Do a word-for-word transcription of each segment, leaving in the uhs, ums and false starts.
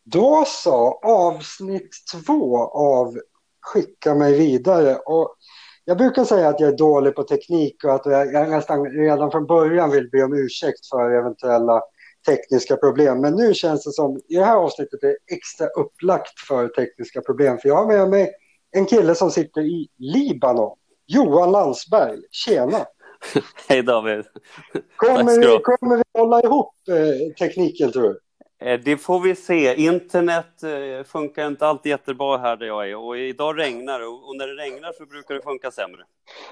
Då så, avsnitt två av Skicka mig vidare. Och jag brukar säga att jag är dålig på teknik och att jag, jag nästan redan från början vill be om ursäkt för eventuella tekniska problem. Men nu känns det som i det här avsnittet är extra upplagt för tekniska problem. För jag har med mig en kille som sitter i Libanon. Johan Landsberg, tjena! Hej David! Kommer vi, kommer vi hålla ihop eh, tekniken, tror du? Det får vi se. Internet funkar inte alltid jättebra här där jag är. Och idag regnar och när det regnar så brukar det funka sämre.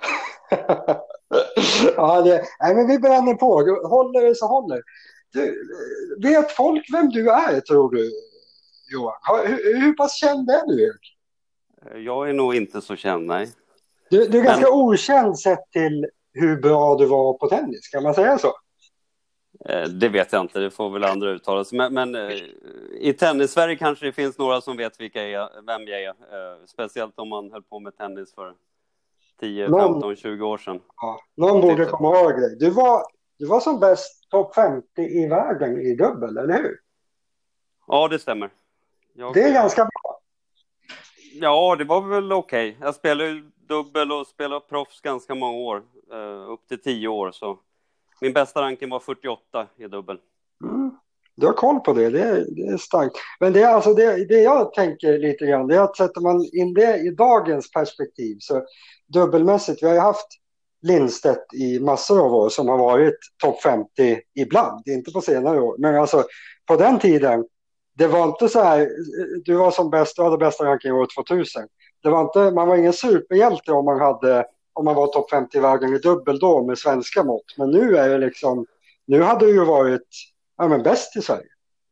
Ja, det, nej, men vi bränner på. Håller det så håller. Du, vet folk vem du är, tror du, Johan? Hur, hur pass känd är du? Jag är nog inte så känd, nej. Du, du är ganska men... okänd sett till hur bra du var på tennis, kan man säga så? Det vet jag inte, det får väl andra uttala sig. Men, men i tennis-Sverige kanske det finns några som vet vilka jag, vem jag är. Speciellt om man höll på med tennis för tio, femton, tjugo år sedan. Ja, någon borde komma ihåg dig. Du var, du var som bäst topp femtio i världen i dubbel, eller hur? Ja, det stämmer. Jag... Det är ganska bra. Ja, det var väl okej. Okay. Jag spelade ju dubbel och spelade proffs ganska många år. Upp till tio år, så... Min bästa ranking var fyrtioåtta i dubbel. Mm. Du har koll på det, det är, det är starkt. Men det, är alltså det, det jag tänker lite grann, det är att sätter man in det i dagens perspektiv, så dubbelmässigt, vi har ju haft Lindstedt i massor av år som har varit topp femtio ibland, inte på senare år. Men alltså på den tiden, det var inte så här, du var som bäst, du hade bästa ranking år tvåtusen. Det var inte, man var ingen superhjälte om man hade... om man var topp femtio i världen i dubbel då med svenska mått. Men nu är det liksom, nu hade det ju varit ja, men bäst i Sverige.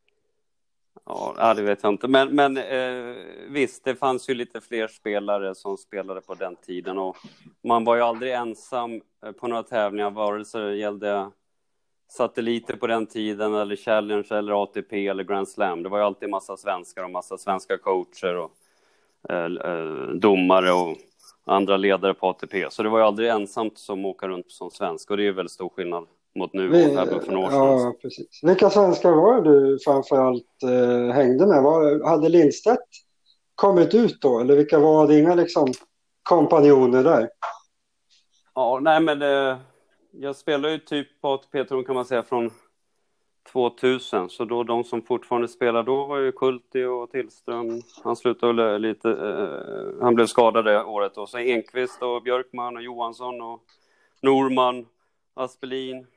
Ja, det vet jag inte. Men, men eh, visst, det fanns ju lite fler spelare som spelade på den tiden. Och man var ju aldrig ensam på några tävlingar, vare sig det gällde satelliter på den tiden eller Challenge eller A T P eller Grand Slam. Det var ju alltid massa svenskar och massa svenska coacher och eh, domare och andra ledare på A T P. Så det var ju aldrig ensamt som åker runt som svensk. Och det är ju väldigt stor skillnad mot nu och även för några år sedan. Ja, precis. Vilka svenskar var du framförallt eh, hängde med? Var, hade Lindstedt kommit ut då? Eller vilka var dina liksom kompanjoner där? Ja, nej men eh, jag spelade ju typ på A T P kan man säga från tvåtusen. Så då de som fortfarande spelade då var ju Kulti och Tillström. Han slutade lite, eh, han blev skadad det året. Och så Enqvist och Björkman och Johansson och Norman, Aspelin,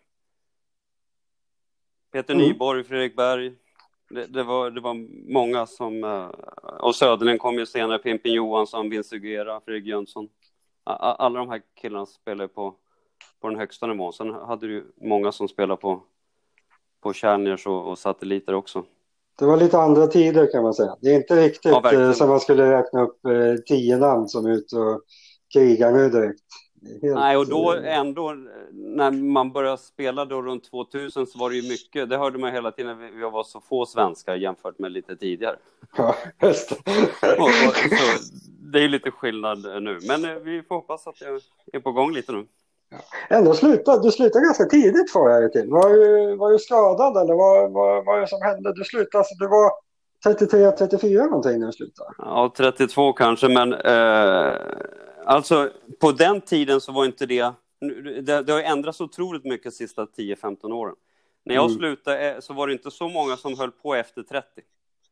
Peter mm. Nyborg, Fredrik Berg. Det, det, var, det var många som... Eh, och Söderlen kom ju senare, Pimpin Johansson, Vince Guerra, Fredrik Jönsson. Alla de här killarna spelade på, på den högsta nivån. Sen hade du ju många som spelade på på Challengers och, och satelliter också. Det var lite andra tider kan man säga. Det är inte riktigt ja, som man skulle räkna upp eh, tio namn som är ute och krigar nu direkt. Helt, nej, och då ändå när man började spela då runt tvåtusen så var det ju mycket, det hörde man hela tiden när vi var så få svenskar jämfört med lite tidigare. Ja, just det. och, och, så, det är lite skillnad nu, men eh, vi får hoppas att jag är på gång lite nu. Ja. Ändå slutade, du slutade ganska tidigt för jag till. Var du, var du skadad eller vad var, var det som hände? Du slutade, alltså, du var trettiotre trettiofyra någonting när du slutade. Ja, trettiotvå kanske, men eh, alltså på den tiden så var inte det, det, det har ändrats otroligt mycket de sista tio femton åren. När jag mm. slutade så var det inte så många som höll på efter trettio.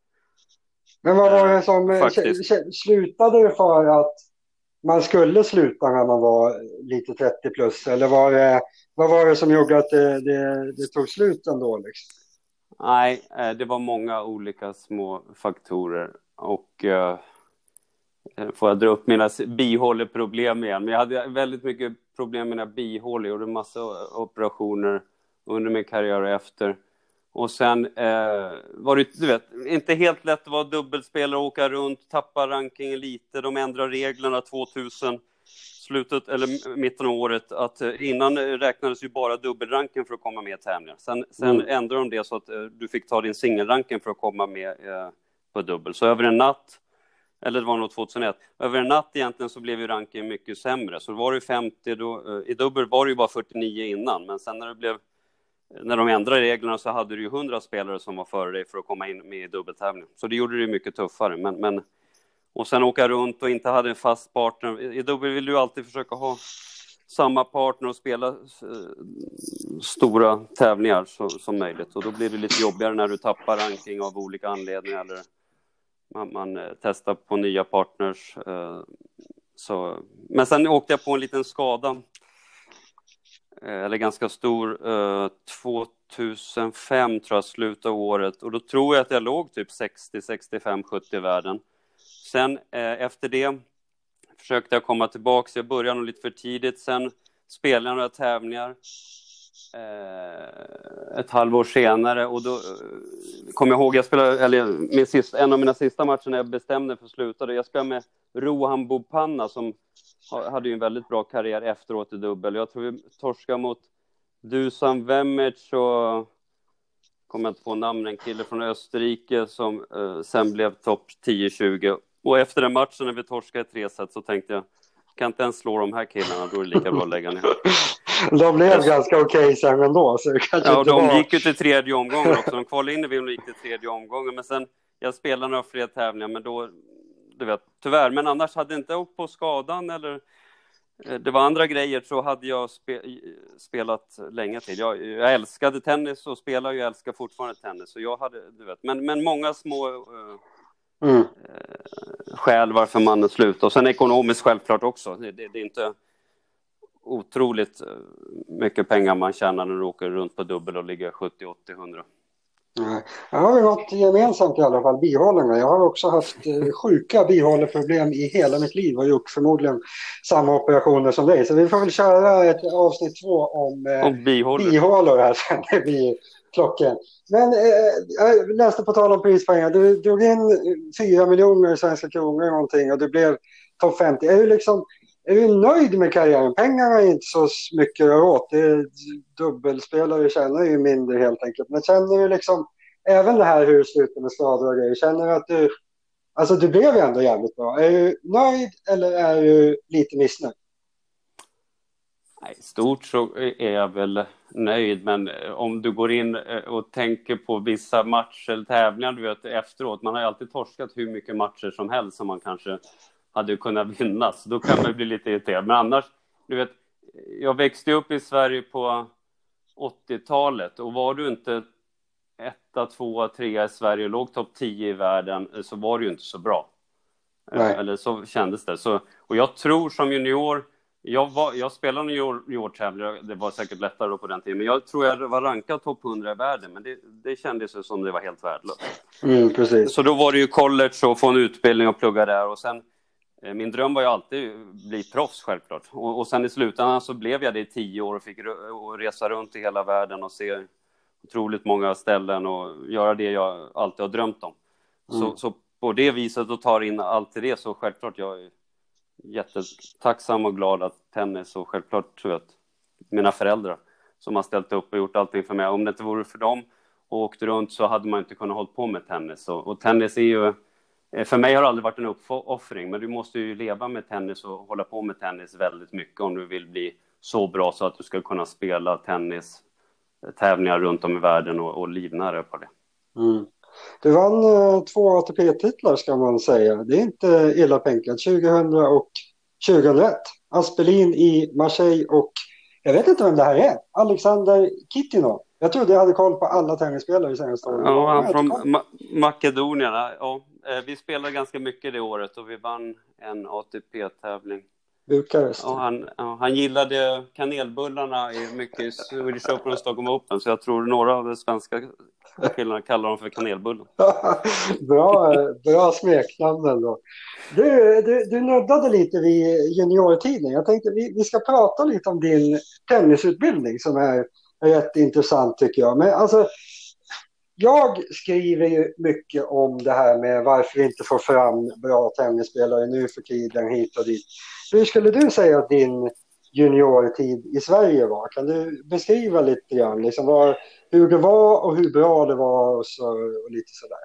Men vad var det som eh, slutade det för att man skulle sluta när man var lite trettio plus? Eller var det, vad var det som gjorde att det, det, det tog slut ändå? Liksom? Nej, det var många olika små faktorer. Och eh, får jag dra upp mina bihåleproblem igen. Men jag hade väldigt mycket problem med mina bihål. Jag gjorde massa operationer under min karriär och efter. Och sen eh, var det, du vet, inte helt lätt att vara dubbelspelare och åka runt, tappa rankingen lite. De ändrar reglerna tvåtusen, slutet eller mitten av året. Att innan räknades ju bara dubbelranken för att komma med i tävlingar. Sen, sen mm. ändrade de det så att eh, du fick ta din singelranken för att komma med eh, på dubbel. Så över en natt, eller det var nog tvåtusenett, över en natt egentligen så blev ju ranken mycket sämre. Så det var det femtio, då, eh, i dubbel var det ju bara fyrtionio innan. Men sen när det blev när de ändrade reglerna så hade du ju hundra spelare som var före dig för att komma in med i dubbeltävling. Så det gjorde det mycket tuffare. Men, men, och sen åka runt och inte hade en fast partner. I dubbel vill du alltid försöka ha samma partner och spela eh, stora tävlingar så, som möjligt. Och då blir det lite jobbigare när du tappar ranking av olika anledningar. Eller man, man eh, testar på nya partners. Eh, så. Men sen åkte jag på en liten skada. Eller ganska stor, eh, tvåtusenfem tror jag slutade året. Och då tror jag att jag låg typ sextio, sextiofem, sjuttio i världen. Sen eh, efter det försökte jag komma tillbaka. Jag började nog lite för tidigt. Sen spelade jag några tävlingar eh, ett halvår senare. Och då eh, kom jag ihåg, jag spelade, eller min sista, en av mina sista matcher när jag bestämde för att sluta. Jag spelade med Rohan Bopanna som hade ju en väldigt bra karriär efteråt i dubbel. Jag tror vi torskade mot Dusan Vemec och kommer inte på namn, en kille från Österrike som eh, sen blev topp tio tjugo. Och efter den matchen när vi torskade i tre set så tänkte jag, kan inte ens slå de här killarna, då är det lika bra att lägga ner. De blev jag... ganska okej okay sen ändå. Så ja, och de var... gick ju till tredje omgången också. De kvalade in när vi gick till tredje omgången. Men sen, jag spelade några fler tävlingar, men då, du vet, tyvärr. Men annars hade jag inte åkt på skadan eller det var andra grejer, så hade jag spe, spelat länge till. Jag, jag älskade tennis och spelar ju, jag älskar fortfarande tennis. Så jag hade, du vet, men, men många små uh, mm. uh, skäl varför man slutar. Och sen ekonomiskt självklart också. Det, det, det är inte otroligt mycket pengar man tjänar när du åker runt på dubbel och ligger sjuttio, åttio, hundra. Nej. Jag har ju något gemensamt i alla fall, bihålorna. Jag har också haft eh, sjuka bihåleproblem i hela mitt liv och gjort förmodligen samma operationer som dig. Så vi får väl köra ett avsnitt två om, eh, om bihålor. bihålor här sen. Det blir klockan. Men eh, jag läste på tal om prispengar. Du drog in fyra miljoner svenska kronor eller någonting och du blev topp femtio. Är du liksom... Är du nöjd med karriären? Pengarna är inte så mycket att åt. Det är dubbelspelare tjänar ju mindre helt enkelt. Men känner du liksom, även det här hur slutar med skador och grejer, känner du att du, alltså du blev ju ändå jävligt bra. Är du nöjd eller är du lite missnöjd? Nej, i stort så är jag väl nöjd. Men om du går in och tänker på vissa matcher eller tävlingar, du vet, efteråt. Man har ju alltid torskat hur mycket matcher som helst som man kanske hade kunnat vinna, så då kan man bli lite irriterad. Men annars, du vet, jag växte upp i Sverige på åttiotalet och var du inte etta, tvåa, trea i Sverige och låg topp tio i världen så var det ju inte så bra. Nej. Eller så kändes det. Så, och jag tror som junior, jag, var, jag spelade junior, junior-tävlingar, det var säkert lättare då på den tiden, men jag tror jag var rankad topp hundra i världen, men det, det kändes som det var helt värdelöst. Mm, precis. Så då var det ju college och få en utbildning och plugga där, och sen min dröm var ju alltid bli proffs självklart. Och, och sen i slutändan så blev jag det i tio år och fick resa runt i hela världen och se otroligt många ställen och göra det jag alltid har drömt om. Mm. Så, så på det viset och tar in allt i det, så självklart jag är jättetacksam och glad att tennis, och självklart tror jag att mina föräldrar som har ställt upp och gjort allting för mig. Om det inte vore för dem och åkt runt så hade man inte kunnat hålla på med tennis. Och, och tennis är ju, för mig har det aldrig varit en uppoffring, men du måste ju leva med tennis och hålla på med tennis väldigt mycket om du vill bli så bra så att du ska kunna spela tennis tävlingar runt om i världen och, och livnära på det. Mm. Du vann eh, två A T P-titlar ska man säga. Det är inte illa penkat. tjugohundra och tjugohundraett. Aspelin i Marseille och jag vet inte vem det här är. Alexander Kittinov. Jag trodde jag hade koll på alla tennisspelare i senaste året. Ja, han från Ma- Makedonien. Ja, vi spelade ganska mycket det året och vi vann en A T P-tävling. Bukarest. Ja, han, ja, han gillade kanelbullarna i mycket i Swedish Open och Stockholm Open, så jag tror några av de svenska killarna kallar dem för kanelbullar. bra, bra smeknamn då. Du, du, du nuddade lite vid juniortiden. Jag tänkte vi, vi ska prata lite om din tennisutbildning som är rätt intressant tycker jag. Men alltså, jag skriver ju mycket om det här med varför vi inte får fram bra tennisspelare nu för tiden hit och dit. Hur skulle du säga att din juniortid i Sverige var? Kan du beskriva lite grann liksom var, hur det var och hur bra det var och, så, och lite sådär?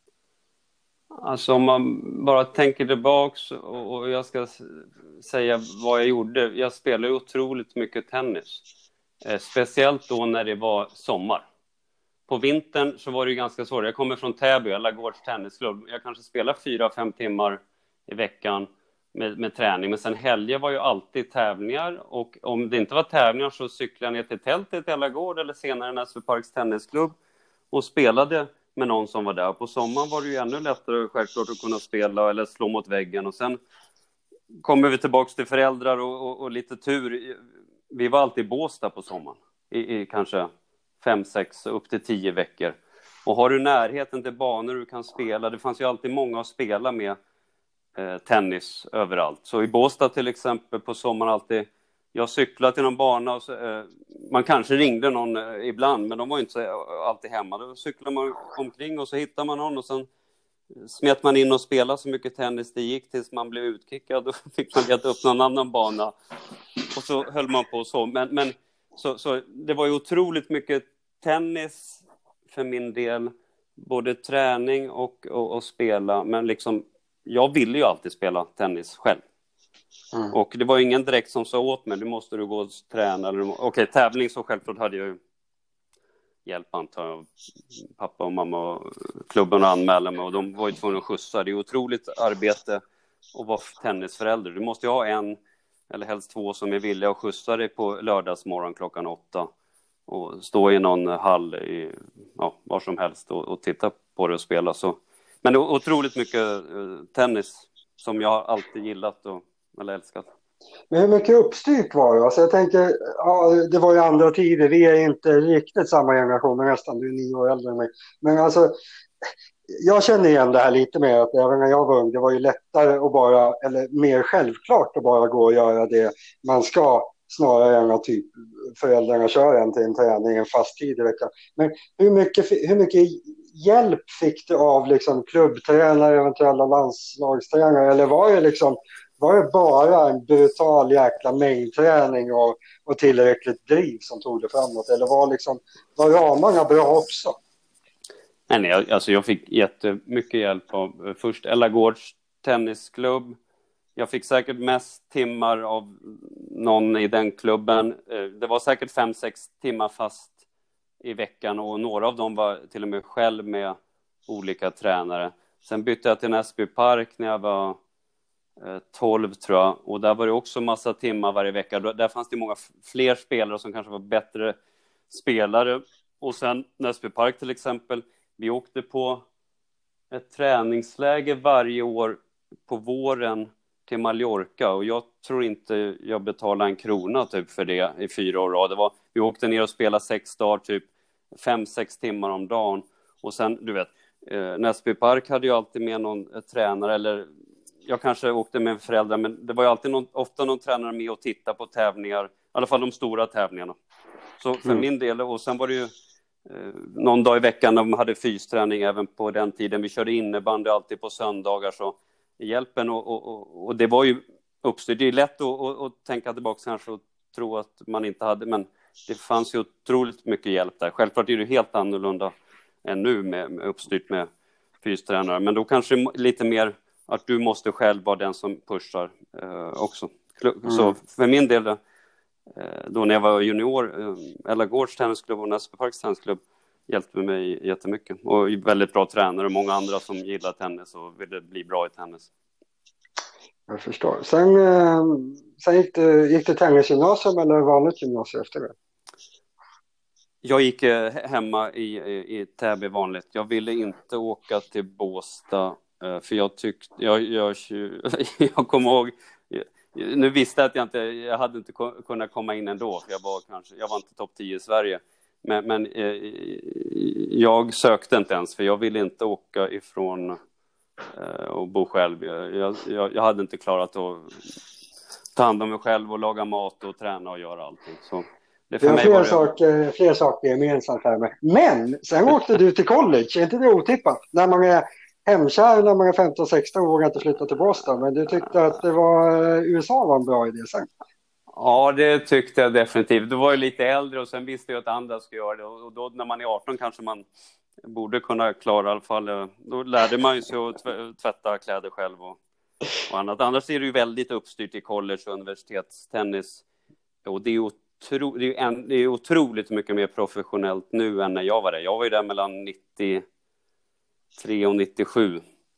Alltså om man bara tänker tillbaks och, och jag ska säga vad jag gjorde. Jag spelade otroligt mycket tennis. Eh, speciellt då när det var sommar. På vintern så var det ju ganska svårt. Jag kommer från Täby, eller Gårds tennisklubb. Jag kanske spelar fyra, fem timmar i veckan med, med träning. Men sen helger var ju alltid tävlingar. Och om det inte var tävlingar så cyklade jag ner till tältet i Allagård eller senare Näsby Parks tennisklubb och spelade med någon som var där. På sommaren var det ju ännu lättare självklart att kunna spela eller slå mot väggen. Och sen kommer vi tillbaka till föräldrar och, och, och lite tur. Vi var alltid i Båstad på sommaren. I, i kanske fem, sex, upp till tio veckor. Och har du närheten till banor du kan spela. Det fanns ju alltid många att spela med eh, tennis överallt. Så i Båstad till exempel på sommaren alltid. Jag cyklade till någon bana. Och så, eh, man kanske ringde någon eh, ibland. Men de var ju inte alltid hemma. Då cyklade man omkring och så hittade man någon. Och sen smet man in och spelade så mycket tennis det gick tills man blev utkickad. Då fick man leta upp någon annan bana. Och så höll man på så. Men, men så, så det var ju otroligt mycket tennis för min del. Både träning och, och, och spela. Men liksom, jag ville ju alltid spela tennis själv. Mm. Och det var ingen direkt som sa åt mig. Du måste du gå och träna. Eller, okej, okay, tävling så självklart hade jag ju hjälp antar jag. Pappa och mamma och klubben anmälde mig. Och de var ju tvungna att skjutsa. Det är otroligt arbete att vara tennisförälder. Du måste ju ha en eller helst två som är villiga att skjutsa dig på lördagsmorgon klockan åtta. Och stå i någon hall i, ja, var som helst och, och titta på det och spela. Så. Men det är otroligt mycket uh, tennis som jag har alltid gillat och eller älskat. Men hur mycket uppstyrt var det? Alltså jag tänker, ja, det var ju andra tider. Vi är inte riktigt samma generation, men nästan du är nio år äldre än mig. Men alltså, jag känner igen det här lite mer att även när jag var ung, det var ju lättare att bara, eller mer självklart att bara gå och göra det man ska snarare än att typ föräldrarna kör en till en träning en fast tid i veckan. Men hur mycket, hur mycket hjälp fick du av liksom klubbtränare, eventuella landslagstränare, eller var det liksom var det bara en brutal jäkla mängdträning och, och tillräckligt driv som tog det framåt, eller var liksom var ramarna bra också? Nej, nej, alltså jag fick jättemycket hjälp av först Allagårds tennisklubb. Jag fick säkert mest timmar av någon i den klubben. Det var säkert fem, sex timmar fast i veckan och några av dem var till och med själv med olika tränare. Sen bytte jag till Näsby Park när jag var tolv tror jag. Och där var det också massa timmar varje vecka. Där fanns det många fler spelare som kanske var bättre spelare. Och sen Näsby Park till exempel. Vi åkte på ett träningsläger varje år på våren till Mallorca. Och jag tror inte jag betalade en krona typ för det i fyra år. Det var, vi åkte ner och spelade sex dagar, typ fem, sex timmar om dagen. Och sen, du vet, eh, Näsby Park hade ju alltid med någon eh, tränare. Eller jag kanske åkte med föräldrar, men det var ju alltid någon, ofta någon tränare med och titta på tävlingar. I alla fall de stora tävlingarna. Så för mm. min del, och sen var det ju någon dag i veckan de hade fysträning även på den tiden. Vi körde innebandy alltid på söndagar. Så hjälpen och, och, och det var ju uppstyrt. Det är lätt att, att, att tänka tillbaka kanske och tro att man inte hade. Men det fanns ju otroligt mycket hjälp där. Självklart är det helt annorlunda än nu med, med uppstyrt med fystränare. Men då kanske lite mer att du måste själv vara den som pushar eh, också. Mm. Så för min del då när jag var junior, Allagårds tennisklubb och Näsby Parks tennisklubb hjälpte mig jättemycket. Och väldigt bra tränare och många andra som gillar tennis och ville bli bra i tennis. Jag förstår. Sen, sen gick det, gick det tennisgymnasium eller vanligt gymnasium efter det? Jag gick hemma i, i, i Täby vanligt. Jag ville inte åka till Båstad för jag tyckte, jag, jag, jag kommer ihåg, nu visste jag att jag inte, jag hade inte kunnat komma in ändå. Jag var kanske, jag var inte topp tio i Sverige. Men, men eh, jag sökte inte ens för jag ville inte åka ifrån eh, och bo själv. Jag, jag, jag hade inte klarat att ta hand om mig själv och laga mat och träna och göra allting. Så det för det är mig fler, var det... saker, fler saker gemensamt här med. Men sen åkte du till college, är inte det otippat? När man är hemkär när man är femton sexton vågar inte flytta till Boston, men du tyckte att det var, U S A var en bra idé sen? Ja, det tyckte jag definitivt. Du var ju lite äldre och sen visste jag att andra skulle göra det. Och då när man är arton kanske man borde kunna klara i alla fall. Då lärde man ju sig att tvätta kläder själv och, och annat. Annars är det ju väldigt uppstyrt i college och universitetstennis. Och det är otro, det, är ju en, det är otroligt mycket mer professionellt nu än när jag var där. Jag var ju där mellan nittiotre och nittiosju.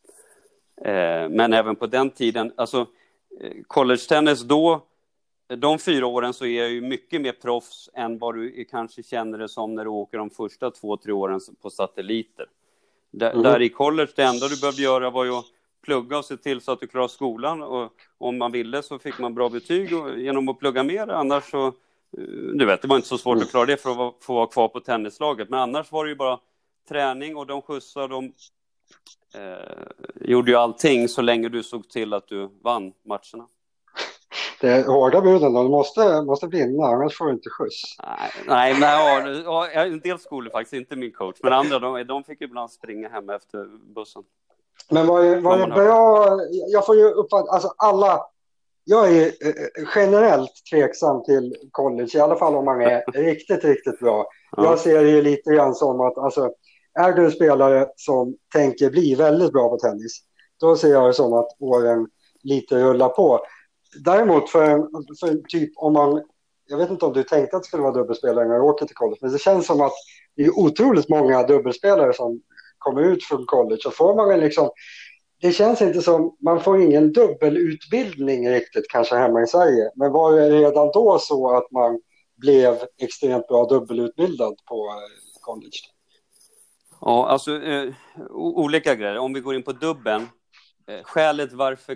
Eh, men även på den tiden, alltså college-tennis då, de fyra åren så är jag ju mycket mer proffs än vad du kanske känner det som när du åker de första två, tre åren på satelliter. Där, mm. där i college, det enda du behövde göra var ju att plugga och se till så att du klarar skolan. Och om man ville så fick man bra betyg och, genom att plugga mer. Annars så, du vet, det var inte så svårt mm. att klara det för att få vara kvar på tennislaget. Men annars var det ju bara träning och de skjutsade, de eh, gjorde ju allting så länge du såg till att du vann matcherna. Det är hårda buden då. Du måste, måste vinna, annars får du inte skjuts. Nej, nej men ja, en del skolor faktiskt, inte min coach. Men andra, de, de fick ibland springa hem efter bussen. Men var det, var det bra? Jag får ju uppfatta, alltså alla, jag är generellt tveksam till college, i alla fall om man är riktigt, riktigt bra. Ja. Jag ser det ju lite grann som att, alltså, är du en spelare som tänker bli väldigt bra på tennis, då ser jag det som att åren lite rullar på. Däremot för, för typ om man, jag vet inte om du tänkte att det skulle vara dubbelspelare när du åker till college, men det känns som att det är otroligt många dubbelspelare som kommer ut från college och får man väl liksom, det känns inte som, man får ingen dubbelutbildning riktigt kanske hemma i Sverige, men var det redan då så att man blev extremt bra dubbelutbildad på college? Ja, alltså eh, olika grejer. Om vi går in på dubben, eh, skälet varför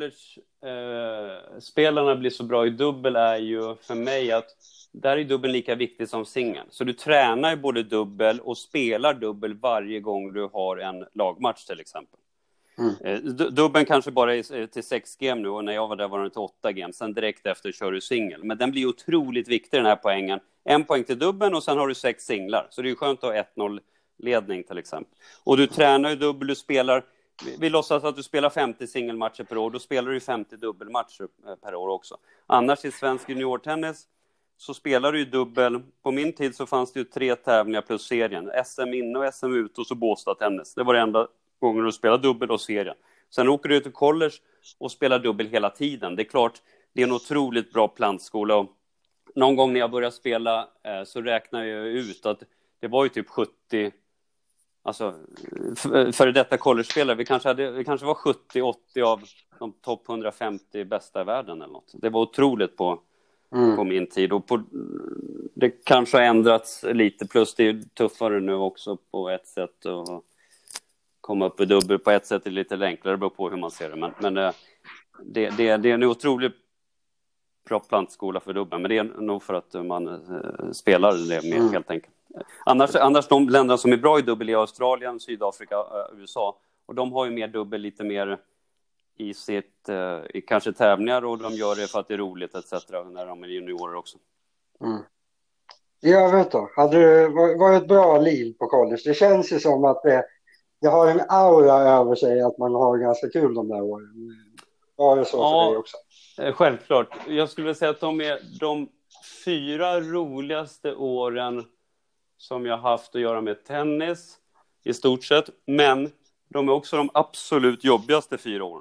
college-spelarna eh, blir så bra i dubbel är ju för mig att där är dubbel lika viktig som singel. Så du tränar ju både dubbel och spelar dubbel varje gång du har en lagmatch till exempel. Mm. Eh, dubbeln kanske bara är till sex game nu och när jag var där var den till åtta game. Sen direkt efter kör du singel. Men den blir otroligt viktig den här poängen. En poäng till dubbeln och sen har du sex singlar. Så det är ju skönt att ha ett noll ledning till exempel. Och du tränar ju dubbel, du spelar, vi låtsas att du spelar femtio singelmatcher per år, då spelar du femtio dubbelmatcher per år också. Annars i svensk juniortennis så spelar du ju dubbel, på min tid så fanns det ju tre tävlingar plus serien, S M inne och S M ute och så Båstad tennis. Det var det enda gången du spelade dubbel och serien. Sen åker du till college och spelar dubbel hela tiden. Det är klart, det är en otroligt bra plantskola och någon gång när jag började spela eh, så räknar jag ut att det var ju typ sjuttio, alltså för detta college-spelare, vi kanske, hade, vi kanske var sjuttio åttio av de topp hundrafemtio bästa i världen eller något. Det var otroligt på, mm. på min tid och på, det kanske har ändrats lite, plus det är tuffare nu också på ett sätt att komma upp i dubbel, på ett sätt är det lite enklare, det beror på hur man ser det, men, men det, det, det är en otroligt bra plantskola för dubbel, men det är nog för att man uh, spelar det med mm. helt enkelt. Annars, annars de länder som är bra i dubbel är Australien, Sydafrika, uh, U S A. Och de har ju mer dubbel lite mer i sitt, uh, i kanske tävlingar och de gör det för att det är roligt et cetera när de är juniorer också. Mm. Jag vet då, hade det varit ett bra liv på college? Det känns ju som att det, det har en aura över sig att man har ganska kul de där åren. Var det så ja, för dig också? Självklart. Jag skulle säga att de är de fyra roligaste åren som jag haft att göra med tennis i stort sett. Men de är också de absolut jobbigaste fyra åren.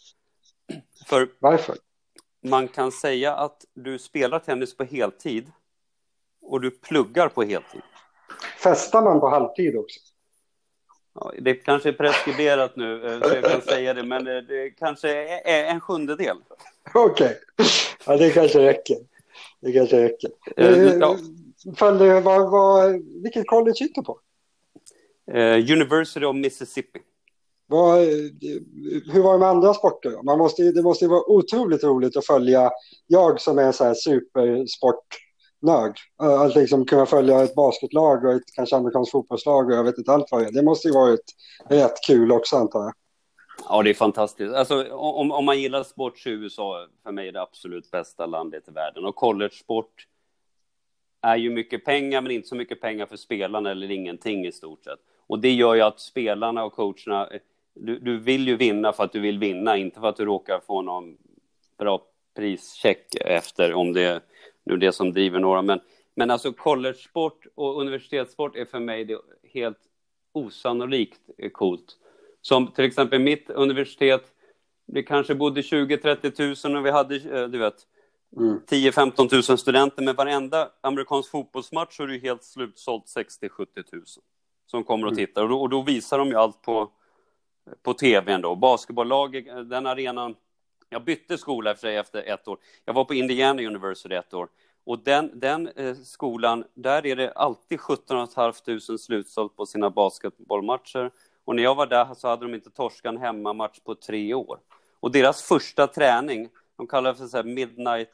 För varför? Man kan säga att du spelar tennis på heltid och du pluggar på heltid. Festar man på halvtid också? Ja, det kanske är preskriberat nu så jag kan säga det, men det kanske är en sjundedel. Okej, okay. Ja, det kanske räcker. Det kanske räcker. Uh, ja. Följde, vad, vad, vilket college gick du på? Uh, University of Mississippi. Vad, hur var det med andra sporter då? Man måste, det måste ju vara otroligt roligt att följa, jag som är så här supersportnörd, att liksom kunna följa ett basketlag och ett kanske amerikanskt fotbollslag och jag vet inte allt vad det är. Det måste ju vara ett rätt kul också antar jag. Ja, det är fantastiskt. Alltså, om, om man gillar sport så är U S A för mig det absolut bästa landet i världen. Och college-sport är ju mycket pengar, men inte så mycket pengar för spelarna eller ingenting i stort sett. Och det gör ju att spelarna och coacherna, du, du vill ju vinna för att du vill vinna, inte för att du råkar få någon bra prischeck efter, om det är nu det som driver några. Men, men alltså college-sport och universitetssport är för mig det helt osannolikt coolt. Som till exempel mitt universitet, det kanske bodde tjugo till trettio tusen och vi hade, du vet, Mm. tio femton tusen studenter, med varenda amerikansk fotbollsmatch så är det ju helt slutsålt sextio sjuttio tusen som kommer och Mm. tittar. Och då, och då visar de ju allt på, på tvn då. Basketbolllaget, den arenan, jag bytte skola för sig efter ett år. Jag var på Indiana University ett år. Och den, den eh, skolan, där är det alltid sjutton tusen femhundra slutsålt på sina basketbollmatcher. Och när jag var där så hade de inte torskat en hemmamatch på tre år. Och deras första träning, de kallar det för så här midnight,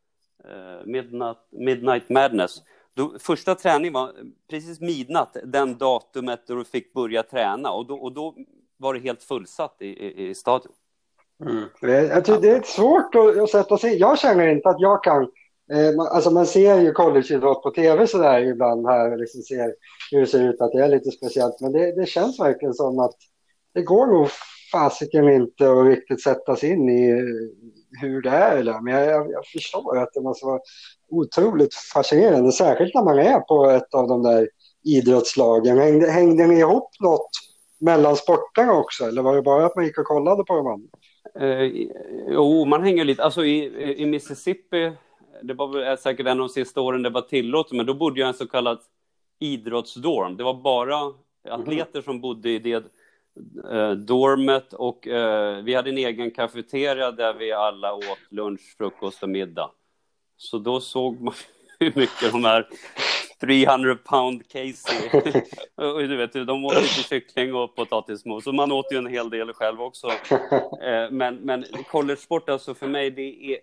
eh, midnight, midnight madness. Då, första träning var precis midnatt, den datumet då du fick börja träna. Och då, och då var det helt fullsatt i, i, i stadion. Mm. Jag tycker det är svårt att, att sätta sig. Jag känner inte att jag kan. Eh, man, alltså man ser ju collegeidrott på tv så där ibland här och liksom ser hur det ser ut, att det är lite speciellt. Men det, det känns verkligen som att det går nog fasiken inte att riktigt sätta sig in i hur det är där. Men jag, jag, jag förstår att det måste vara otroligt fascinerande, särskilt när man är på ett av de där idrottslagen. Hängde, hängde ni ihop något mellan sporterna också, eller var det bara att man gick och kollade på de andra? Eh, jo, man hänger lite. Alltså i, i Mississippi, det var väl säkert en av de sista åren det var tillåtet, men då bodde jag i en så kallad idrottsdorm. Det var bara atleter som bodde i det eh, dormet, och eh, vi hade en egen kafeteria där vi alla åt lunch, frukost och middag. Så då såg man hur mycket de här trehundra pound Casey och du vet, de åt lite kyckling och potatismos, så man åt ju en hel del själv också. eh, men, men college-sport, alltså för mig, det är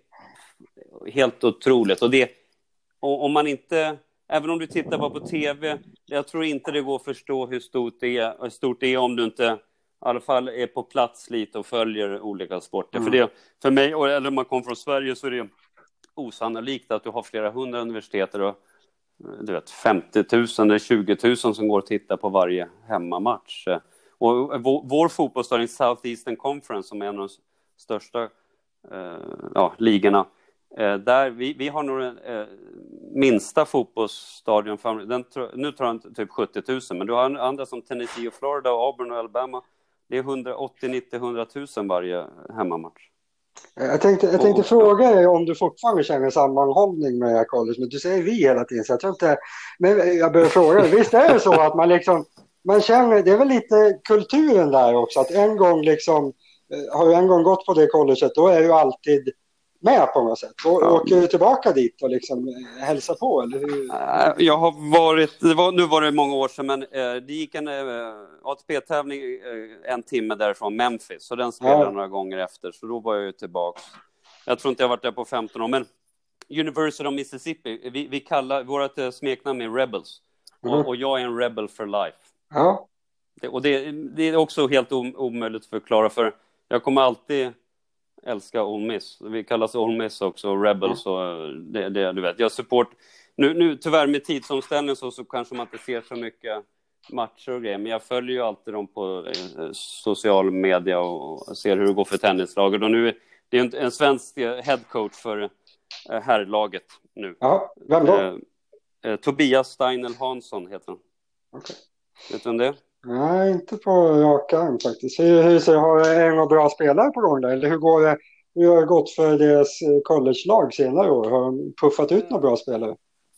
helt otroligt. Och det, och om man inte, även om du tittar bara på tv, jag tror inte det går att förstå hur stort det är, hur stort det är om du inte i alla fall är på plats lite och följer olika sporter. Mm. För, det, för mig, eller om man kommer från Sverige, så är det osannolikt att du har flera hundra universiteter och du vet, femtio tusen eller tjugo tusen som går och tittar på varje hemmamatch. Och vår, vår fotbollsstadion, Southeastern Conference, som är en av de största eh, ja, ligorna, eh, där vi, vi har nog den eh, minsta fotbollsstadion, den, nu tror jag typ sjuttio tusen, men du har andra som Tennessee och Florida och Auburn och Alabama, det är hundraåttio nittio hundra tusen varje hemmamatch. Jag tänkte, jag tänkte och, fråga dig om du fortfarande känner sammanhållning med college, men du säger vi hela tiden, så jag tror inte, men jag börjar fråga, visst är det så att man liksom, man känner, det är väl lite kulturen där också, att en gång liksom, har du en gång gått på det colleget, då är du alltid med på något sätt, och ja. Åker du tillbaka dit och liksom hälsar på, eller hur? Jag har varit, det var, nu var det många år sedan, men eh, det gick en eh, A T P-tävling eh, en timme därifrån Memphis, så den spelade ja. några gånger efter, så då var jag ju tillbaka. Jag tror inte jag varit där på femton år, men University of Mississippi, vi, vi kallar, vårt eh, smeknamn är Rebels, mm. och, och jag är en rebel for life. Ja. Det, och det, det är också helt om, omöjligt att förklara, för jag kommer alltid älska Ole Miss. Vi kallas Ole Miss också, Rebels, mm. och det, det du vet. Jag support nu, nu tyvärr med tidsomställning så, så kanske man inte ser så mycket matcher och grejer, men jag följer ju alltid dem på eh, social media och ser hur det går för tennislaget, och nu är det är en, en svensk headcoach för eh, herrlaget nu. Ja, vem då? Eh, eh, Tobias Steinel Hansson heter han. Okay. Vet du om det? Nej, inte på raka arm faktiskt. Hur, hur ser, har det några bra spelare på gång där? Eller hur går det, hur har det gått för deras college-lag senare år? Har de puffat ut några bra spelare?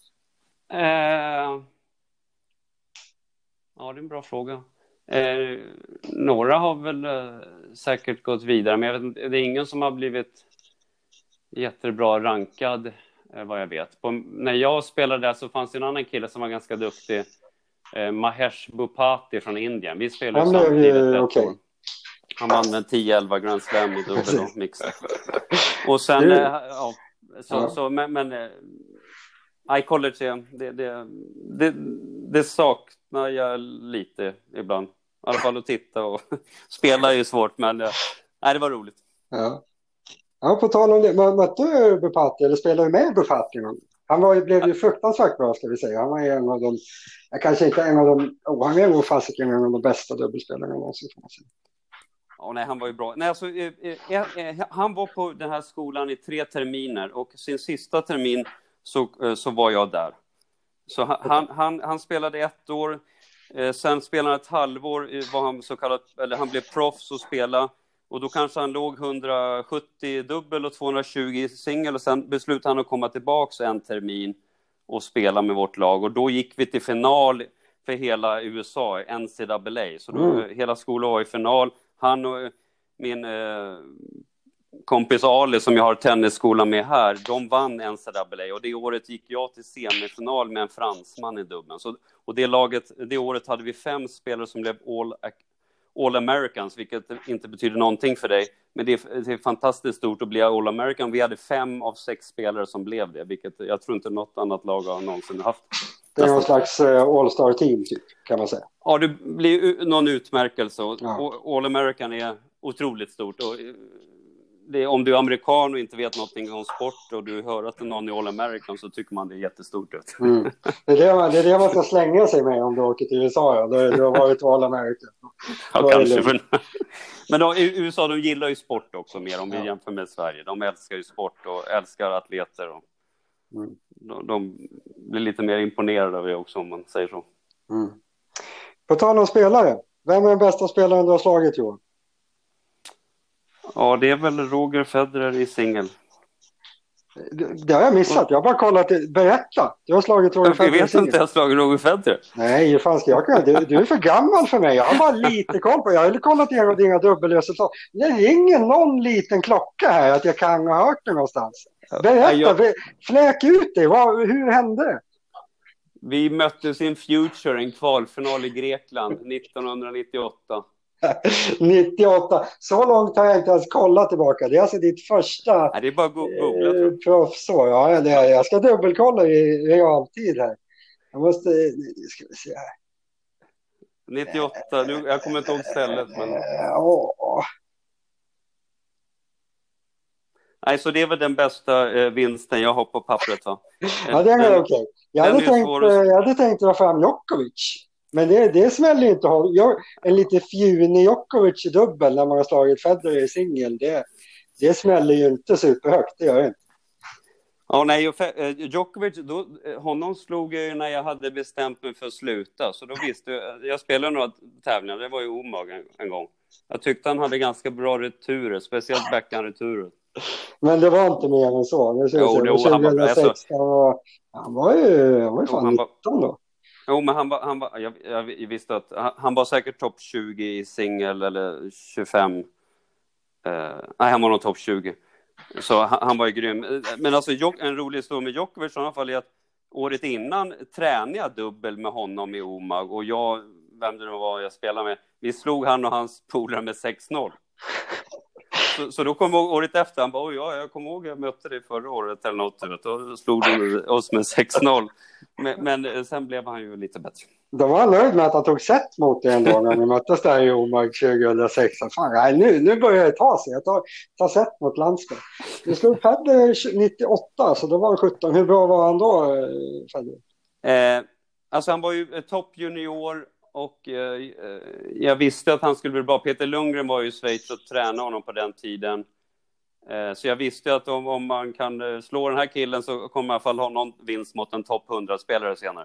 Eh, ja, det är en bra fråga. Eh, några har väl eh, säkert gått vidare, men jag vet inte, det är ingen som har blivit jättebra rankad, eh, vad jag vet. På, när jag spelade där så fanns det en annan kille som var ganska duktig. Eh, Mahesh Bhupathi från Indien. Vi spelade han samtidigt är, ett okay. år. Han vann med tio elva Grand Slam i dubbel och mixed. Och sen, eh, ja, så, ja. så, men, men eh, I college, det, det, det, det saknar jag lite ibland. I alla fall att titta och spela är ju svårt, men eh, nej, det var roligt. Ja. Ja, på tal om det, mötte du Bhupathi eller spelade du med Bhupathi? Han var, blev ju fruktansvärt bra, ska vi säga. Han var en av de, jag kanske inte en av de, oh, han är nog fasiken en av de bästa dubbelspelarna någonsin, får man säga. Ja, nej, han var ju bra. Nej, alltså, eh, eh, eh, han var på den här skolan i tre terminer, och sin sista termin så, eh, så var jag där. Så han, han, han, han spelade ett år, eh, sen spelade han ett halvår, var han så kallat, eller han blev proffs och spelade Och då kanske han låg hundrasjuttio dubbel och tvåhundratjugo singel. Och sen beslutade han att komma tillbaka en termin och spela med vårt lag. Och då gick vi till final för hela U S A, N C double A. Så då, mm. hela skolan var i final. Han och min eh, kompis Ali som jag har tennisskolan med här, de vann N C double A. Och det året gick jag till semifinal med en fransman i dubbeln. Så, och det, laget, det året hade vi fem spelare som blev all, all Americans, vilket inte betyder någonting för dig. Men det är, det är fantastiskt stort att bli all American. Vi hade fem av sex spelare som blev det, vilket jag tror inte något annat lag har någonsin haft. Det är någon slags all-star team typ, kan man säga. Ja, det blir någon utmärkelse. Och ja. All American är otroligt stort. Och det är, om du är amerikan och inte vet någonting om sport och du hör att någon är All American, så tycker man det är jättestort ut. Mm. Det, är det, man, det är det man ska slänga sig med om du åker till U S A. Ja. Då, du har varit All American. Ja, kanske. För... Men då, i U S A, de gillar ju sport också mer om vi ja. jämför med Sverige. De älskar ju sport och älskar atleter. Och mm. de, de blir lite mer imponerade av det också, om man säger så. Mm. På tal om spelare. Vem är den bästa spelaren du har slagit, Johan? Ja, det är väl Roger Federer i singel. Det, det har jag missat. Jag har bara kollat. Berätta. Du har slagit Roger Federer. Jag vet inte, jag har slagit Roger Federer. Nej, hur fan ska jag kunna? Du, du är för gammal för mig. Jag har bara lite koll på. Jag har kollat igenom dina dubbelresultat. Det ringer någon liten klocka här att jag kan ha hört det någonstans. Berätta. Jag... Fläk ut det. Vad, hur hände det? Vi möttes i en Future, en kvalfinal i Grekland nittonhundranittioåtta. nittioåtta. Så långt har jag inte ens kollat tillbaka. Det är alltså ditt första Nej, det är bara att googla, eh, proffsår. Ja, det är, jag ska dubbelkolla i realtid här. Jag måste... Ska vi se här. nittioåtta. Nu, jag kommer inte ihåg stället. Men... Oh. Nej, så det är väl den bästa eh, vinsten jag har på pappret, va? Ja, det är okej. Okay. Jag, hade tänkt, att... jag hade tänkt dra fram Djokovic. Men det, det smäller inte. Jag, en lite fjunig Djokovic i dubbel när man har slagit Federer i singel. Det, det smäller ju inte superhögt, det gör det inte. Ja, nej, och, eh, Djokovic, då, honom slog jag ju när jag hade bestämt mig för att sluta. Så då visste jag, jag spelade några tävlingar, det var ju Omag en, en gång. Jag tyckte han hade ganska bra returer, speciellt backhand-returer. Men det var inte mer än så. Det jo, det, det, han, var, alltså, och, han var ju han var ju fan jo, nitton då. Jo, men han var, han var jag, jag visste att han, han var säkert topp tjugo i singel eller tjugofem. Eh, nej, han var nog topp tjugo. Så han, han var ju grym. Men alltså en rolig historia med Djokovic i alla fall är att året innan tränade jag dubbel med honom i Omag. Och jag, vem det nu var jag spelade med, vi slog han och hans polare med sex noll. Så, så då kom jag året efter, han bara, oj, ja, jag kommer ihåg jag mötte dig förra året eller något, vet, då slog de oss med sex noll. Men, men sen blev han ju lite bättre. De var nöjd med att han tog set mot det ändå när vi möttes där i Omag tjugohundrasex. Fan, nej, nu, nu börjar det ta sig. Jag tar, tar set mot Landskap. Vi slog Federer nittioåtta, så då var han sjutton. Hur bra var han då, Federer? Eh, alltså han var ju topp junior. Och eh, jag visste att han skulle bli bra. Peter Lundgren var ju i Schweiz och tränade honom på den tiden. Eh, så jag visste att om, om man kan slå den här killen så kommer man i alla fall ha någon vinst mot en topp hundra-spelare senare.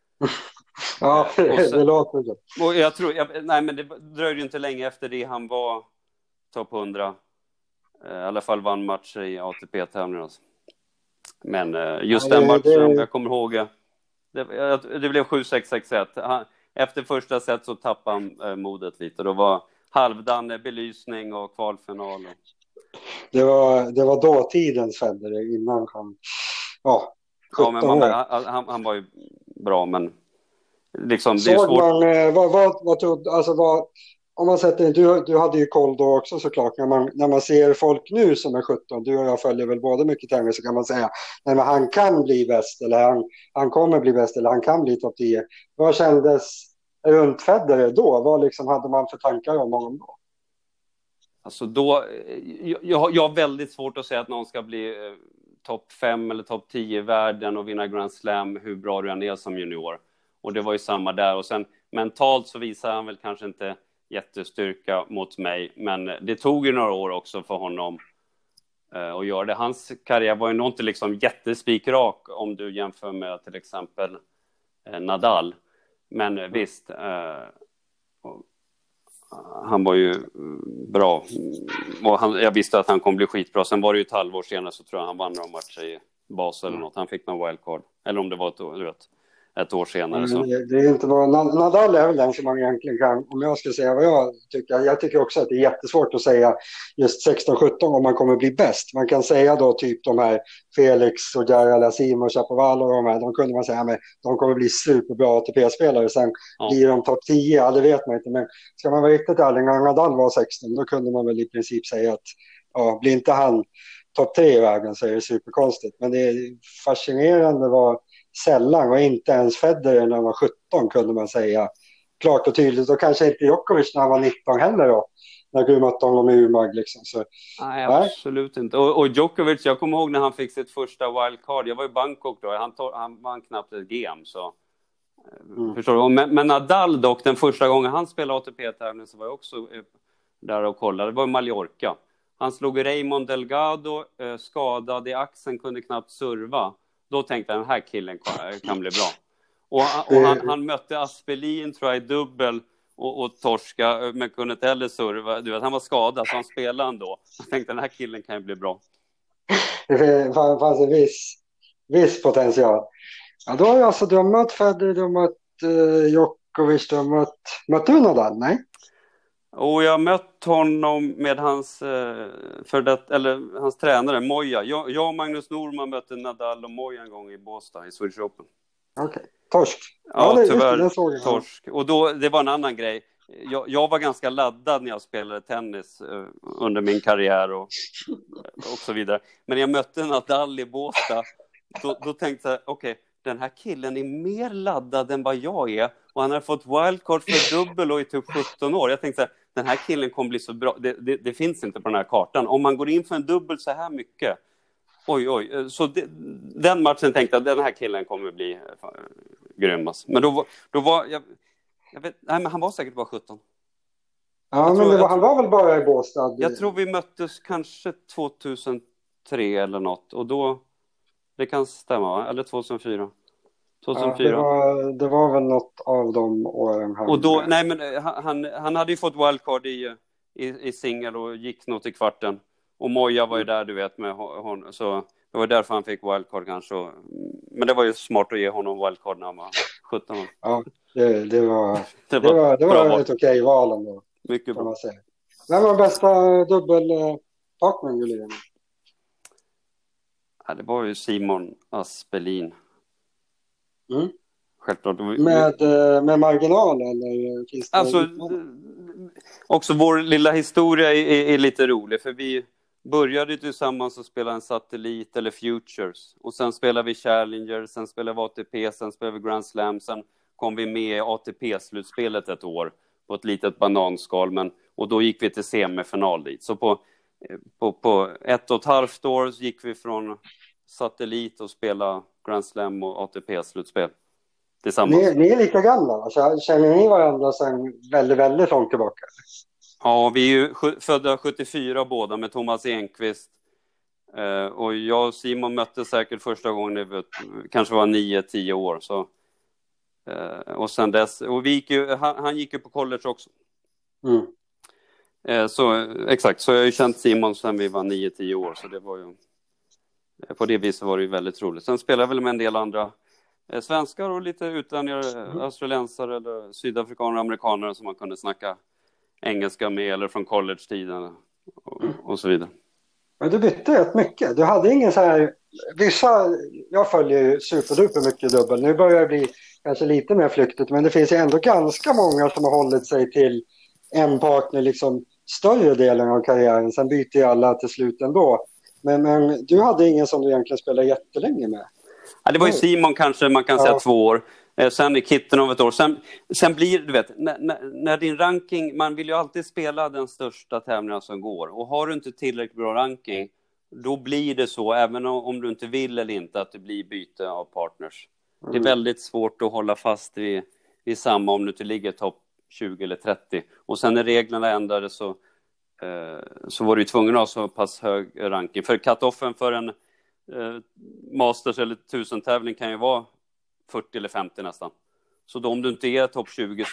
Ja, eh, sen, det låter det. Och jag tror, jag, nej men det dröjde ju inte länge efter det han var topp hundra. Eh, I alla fall vann matcher i A T P-tävlingar. Alltså. Men eh, just nej, den matchen, det... om jag kommer ihåg det, det blev sju sex sex ett. Han, Efter första set så tappade han eh, modet lite. Då var halvdan belysning och kvalfinal. Det var, det var dåtidens Federer innan han... Ja, ja men man, han, han, han var ju bra, men... Liksom, det Såg är svårt. man... Eh, vad, vad, vad trodde... Alltså vad... Om man sätter... Du, du hade ju koll då också såklart. När man, när man ser folk nu som är sjutton. Du och jag följer väl både mycket tävling, så kan man säga. Nej, men han kan bli bäst. Eller han, han kommer bli bäst. Eller han kan bli topp tio. Vad kändes runt Federer då? Vad liksom hade man för tankar om honom då? Alltså då... Jag, jag har väldigt svårt att säga att någon ska bli eh, topp fem eller topp tio i världen och vinna Grand Slam hur bra du än är som junior. Och det var ju samma där. Och sen mentalt så visar han väl kanske inte jättestyrka mot mig. Men det tog ju några år också för honom eh, att göra det. Hans karriär var ju nog inte liksom jättespikrak om du jämför med till exempel eh, Nadal. Men eh, visst, eh, han var ju bra. Och han, jag visste att han kommer bli skitbra. Sen var det ju ett halvår senare så tror jag han vann några matcher i Basel eller något. Han fick någon wildcard. Eller om det var ett, du vet, ett år senare. Så. Det, det är inte bara, Nadal är väl den som man egentligen kan, om jag ska säga vad jag tycker. Jag tycker också att det är jättesvårt att säga just sexton sjutton om man kommer bli bäst. Man kan säga då typ de här Felix och Gerald Asim och Chapovalov och de här, de kunde man säga men de kommer bli superbra A T P-spelare. Sen ja. Blir de topp tio, ja det vet man inte. Men ska man vara riktigt ärlig, när Nadal var sexton då kunde man väl i princip säga att ja, blir inte han topp tre i vägen så är det superkonstigt. Men det är fascinerande vad sällan och inte ens Federer när han var sjutton kunde man säga klart och tydligt, och kanske inte Djokovic när han var nitton heller då när du mötte honom i Urmag liksom. Så, nej, absolut nej. Inte. Och, och Djokovic, jag kommer ihåg när han fick sitt första wildcard, jag var i Bangkok då, han, tog, han vann knappt ett G M så mm. förstår du, men, men Nadal dock, den första gången han spelade A T P-tävling så var jag också där och kollade, det var i Mallorca. Han slog Raymond Delgado, eh, skadad i axeln, kunde knappt serva. Då tänkte jag, den här killen kan, kan bli bra. Och, och han, han mötte Aspelin, tror jag, i dubbel och, och torska, men kunde inte heller serva. Du vet, han var skadad, så han spelade ändå. Jag tänkte, den här killen kan ju bli bra. Det fanns en viss, viss potential. Ja, då har jag alltså dömat Federer, dömat uh, Djokovic, dömat... Mötte du Nadal? Nej? Och jag mött honom med hans eh, för det, eller hans tränare Moja. Jag, jag och Magnus Norman mötte Nadal och Moja en gång i Båstad i Swedish Open. Okej. Okay. Torsk. Ja, ja det, tyvärr det, det torsk. Och då, det var en annan grej. Jag, jag var ganska laddad när jag spelade tennis eh, under min karriär och, och så vidare. Men när jag mötte Nadal i Båstad då, då tänkte jag, okej, okay, den här killen är mer laddad än vad jag är. Och han har fått wildcard för dubbel och i typ sjutton år. Jag tänkte så här, den här killen kommer bli så bra. Det, det, det finns inte på den här kartan. Om man går in för en dubbel så här mycket. Oj, oj. Så det, den matchen tänkte jag, den här killen kommer bli fan, grymmas. Men då, då var jag, jag vet, nej men han var säkert bara sjutton. Ja, jag men tror, det var, han var väl bara i Båstad. Jag tror vi möttes kanske tvåtusentre eller något. Och då, det kan stämma va? Eller tvåtusenfyra. tvåtusenfyra. Ja, det, var, det var väl något av de åren. Här. Och då, nej men han, han hade ju fått wildcard i, i, i singel och gick nog till kvarten. Och Moja var ju där, du vet, med honom. Så det var därför han fick wildcard kanske. Men det var ju smart att ge honom wildcard när han var sjutton år. Ja, det, det var det var, det var, det var ett okej val ändå. Mycket bra. Vem var bästa dubbelpartnern, Julian? Ja, det var ju Simon Aspelin. Mm. Självklart. Med, med marginal eller finns det alltså, också vår lilla historia är, är, är lite rolig. För vi började tillsammans att spela en satellit eller Futures. Och sen spelade vi Challenger, sen spelade vi A T P, sen spelade vi Grand Slam. Sen kom vi med i A T P-slutspelet ett år på ett litet bananskal. Men, och då gick vi till semifinal dit. Så på, på, på ett och ett halvt år gick vi från satellit och spela Grand Slam och A T P-slutspel. Ni, ni är lika gamla, alltså, känner ni varandra sedan väldigt, väldigt långt tillbaka? Ja, vi är ju födda sjuttiofyra båda med Thomas Enqvist. Eh, och jag och Simon mötte säkert första gången när vi kanske var nio tio år. Så, eh, och sen dess, och vi gick ju, han, han gick ju på college också. Mm. Eh, så exakt, så jag har ju känt Simon sedan vi var nio tio år. Så det var ju, på det viset var det ju väldigt roligt. Sen spelade jag väl med en del andra svenskar och lite utlänningar, mm. australiensare eller sydafrikaner och amerikaner som man kunde snacka engelska med eller från college-tiden och, och så vidare. Men du bytte rätt mycket. Du hade ingen så här... Vissa, jag följer ju superduper mycket dubbel. Nu börjar det bli kanske lite mer flyktigt, men det finns ju ändå ganska många som har hållit sig till en partner liksom större delen av karriären. Sen byter ju alla till slut ändå. Men, men du hade ingen som du egentligen spelade jättelänge med. Ja, det var ju Simon kanske, man kan ja. säga två år. Eh, sen i Kitten av ett år. Sen, sen blir du vet, när, när, när din ranking, man vill ju alltid spela den största tävlingen som går. Och har du inte tillräckligt bra ranking, då blir det så, även om, om du inte vill eller inte, att det blir byte av partners. Mm. Det är väldigt svårt att hålla fast vid, vid samma om du inte ligger topp tjugo eller trettio. Och sen när reglerna ändrades så, eh, så var du tvungen att ha så pass hög ranking. För cut-offen för en eh, Masters eller tusen tävling kan ju vara fyrtio eller femtio nästan. Så då, om du inte är topp tjugo så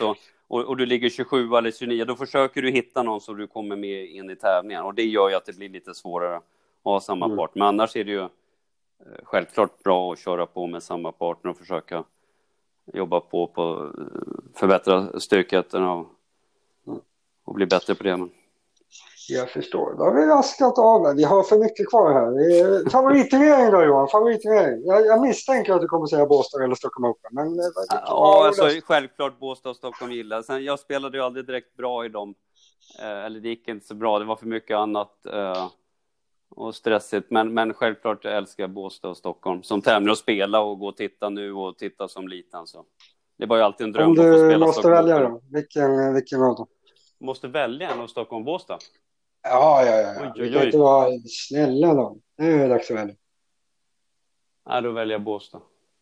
och, och du ligger tjugosju eller tjugonio, då försöker du hitta någon som du kommer med in i tävlingen. Och det gör ju att det blir lite svårare att ha samma Mm. part. Men annars är det ju eh, självklart bra att köra på med samma partner och försöka jobba på på förbättra styrketten och, och bli bättre på det. Men... Jag förstår. Då har vi raskat av. Vi har för mycket kvar här. Det är... Favoritregering då, Johan? Favoritregering. Jag, jag misstänker att du kommer säga Båstad eller Stockholm Open. Men... Ja, alltså, självklart Båstad och Stockholm gillar. Sen jag spelade ju aldrig direkt bra i dem. Eh, eller det gick inte så bra. Det var för mycket annat eh, och stressigt. Men, men självklart älskar jag Båstad och Stockholm. Som tävlar och spela och gå och titta nu och titta som liten. Så. Det var ju alltid en dröm att få spela. Om du måste Stockholm. välja då? Vilken, vilken av dem? Måste välja en av Stockholm och Båstad? Ja, ja, ja. Oj, Vi oj, kan oj. inte vara snälla då. Nu är det dags att välja. Nej, då väljer jag Båstad.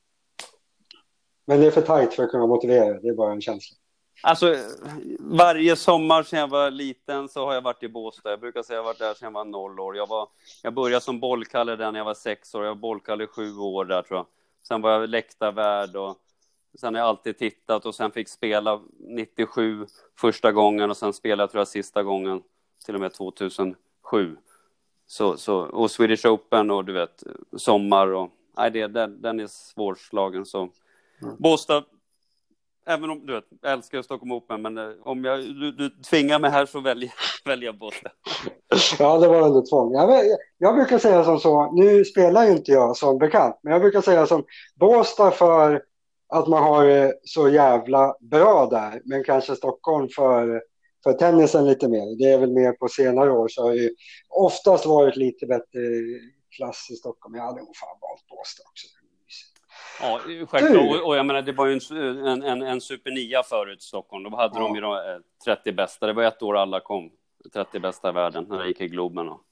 Men det är för tajt för att kunna motivera. Det är bara en känsla. Alltså, varje sommar sedan jag var liten så har jag varit i Båstad. Jag brukar säga att jag har varit där sedan jag var noll år. Jag, var, jag började som bollkalle där när jag var sex år. Jag var bollkalle i sju år där, tror jag. Sen var jag läktarvärd och sen har jag alltid tittat och sen fick spela nittiosju första gången och sen spelade, tror jag, sista gången till och med tvåtusensju. Så, så, och Swedish Open och du vet, sommar och nej, det, den, den är svårslagen. Så mm. Båstad, även om du vet, jag älskar Stockholm Open, men eh, om jag, du, du tvingar mig här så väljer välja Båstad. Ja, det var väldigt tvång. Jag, jag brukar säga som så, nu spelar ju inte jag som bekant, men jag brukar säga som Båstad för att man har det så jävla bra där, men kanske Stockholm för, för tennisen lite mer. Det är väl mer på senare år så har ju oftast varit lite bättre klass i Stockholm. Jag hade nog fan valt Båstad också. Ja, självklart. Och, och jag menar, det var ju en, en, en, en supernia förut i Stockholm. Då hade ja. de ju de trettio bästa. Det var ett år alla kom. trettio bästa i världen när det gick i Globen. Och,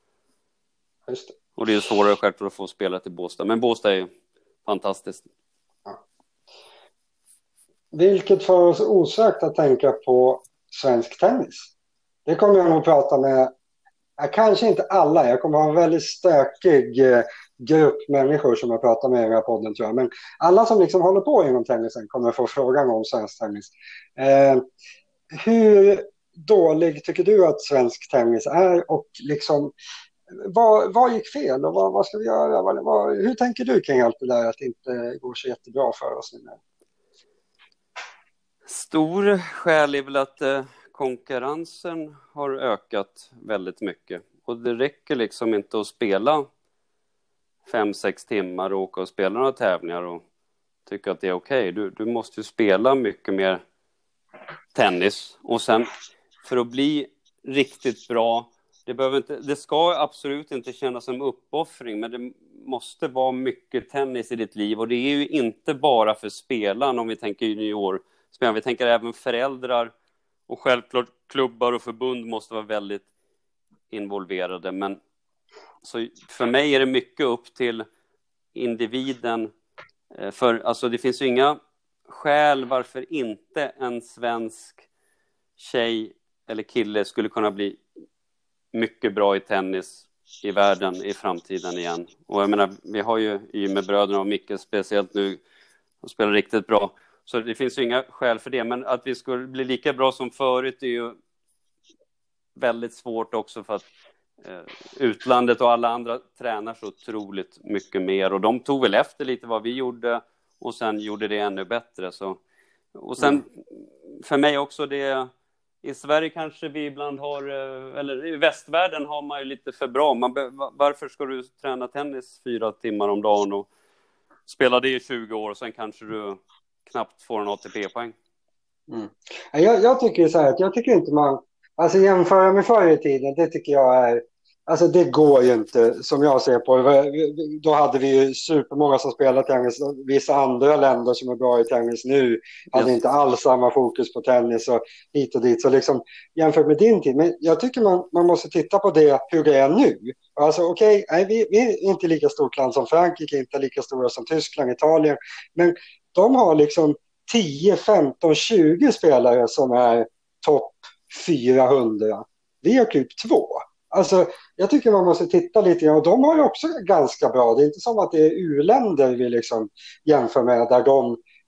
Just det. och det är svårare självklart att få spela till Båstad. Men Båstad är ju fantastiskt. Ja. Vilket får oss osökt att tänka på svensk tennis. Det kommer jag nog prata med, kanske inte alla. Jag kommer ha en väldigt stökig grupp människor som jag pratar med i den här podden, tror jag. Men alla som liksom håller på inom tennisen kommer få frågan om svensk tennis. Eh, hur dålig tycker du att svensk tennis är? Och liksom, vad, vad gick fel? Och vad, vad ska vi göra? Vad, vad, hur tänker du kring allt det där att det inte går så jättebra för oss nu? Stor skäl är väl att eh, konkurrensen har ökat väldigt mycket. Och det räcker liksom inte att spela fem, sex timmar och åka och spela några tävlingar och tycka att det är okej. Okay. Du, du måste ju spela mycket mer tennis. Och sen för att bli riktigt bra, det, behöver inte, det ska absolut inte kännas som uppoffring, men det måste vara mycket tennis i ditt liv. Och det är ju inte bara för spelaren om vi tänker junior. Vi tänker även föräldrar och självklart klubbar och förbund måste vara väldigt involverade. Men så för mig är det mycket upp till individen. För alltså, det finns ju inga skäl varför inte en svensk tjej eller kille skulle kunna bli mycket bra i tennis i världen i framtiden igen. Och jag menar, vi har ju i med bröderna och Micke speciellt nu som spelar riktigt bra. Så det finns ju inga skäl för det. Men att vi skulle bli lika bra som förut är ju väldigt svårt också för att eh, utlandet och alla andra tränar så otroligt mycket mer. Och de tog väl efter lite vad vi gjorde och sen gjorde det ännu bättre. Så. Och sen mm. för mig också det, i Sverige kanske vi ibland har, eller i västvärlden har man ju lite för bra. Man be, varför ska du träna tennis fyra timmar om dagen och spela det i tjugo år och sen kanske du knappt får en A T P-poäng. Mm. Jag, jag tycker så här att jag tycker inte man, alltså jämföra med förr i tiden, det tycker jag är, alltså det går ju inte som jag ser på det. Då hade vi ju supermånga som spelade tennis. Vissa andra länder som är bra i tennis nu hade yes. inte alls samma fokus på tennis och hit och dit. Så liksom jämfört med din tid. Men jag tycker man, man måste titta på det, hur det är nu. Alltså okej, okay, vi, vi är inte lika stort land som Frankrike, inte lika stora som Tyskland, Italien. Men de har liksom tio, femton, tjugo spelare som är topp fyrahundra. Vi har typ två. Alltså, jag tycker man måste titta lite grann. Och de har ju också ganska bra. Det är inte som att det är u-länder vi liksom jämför med där de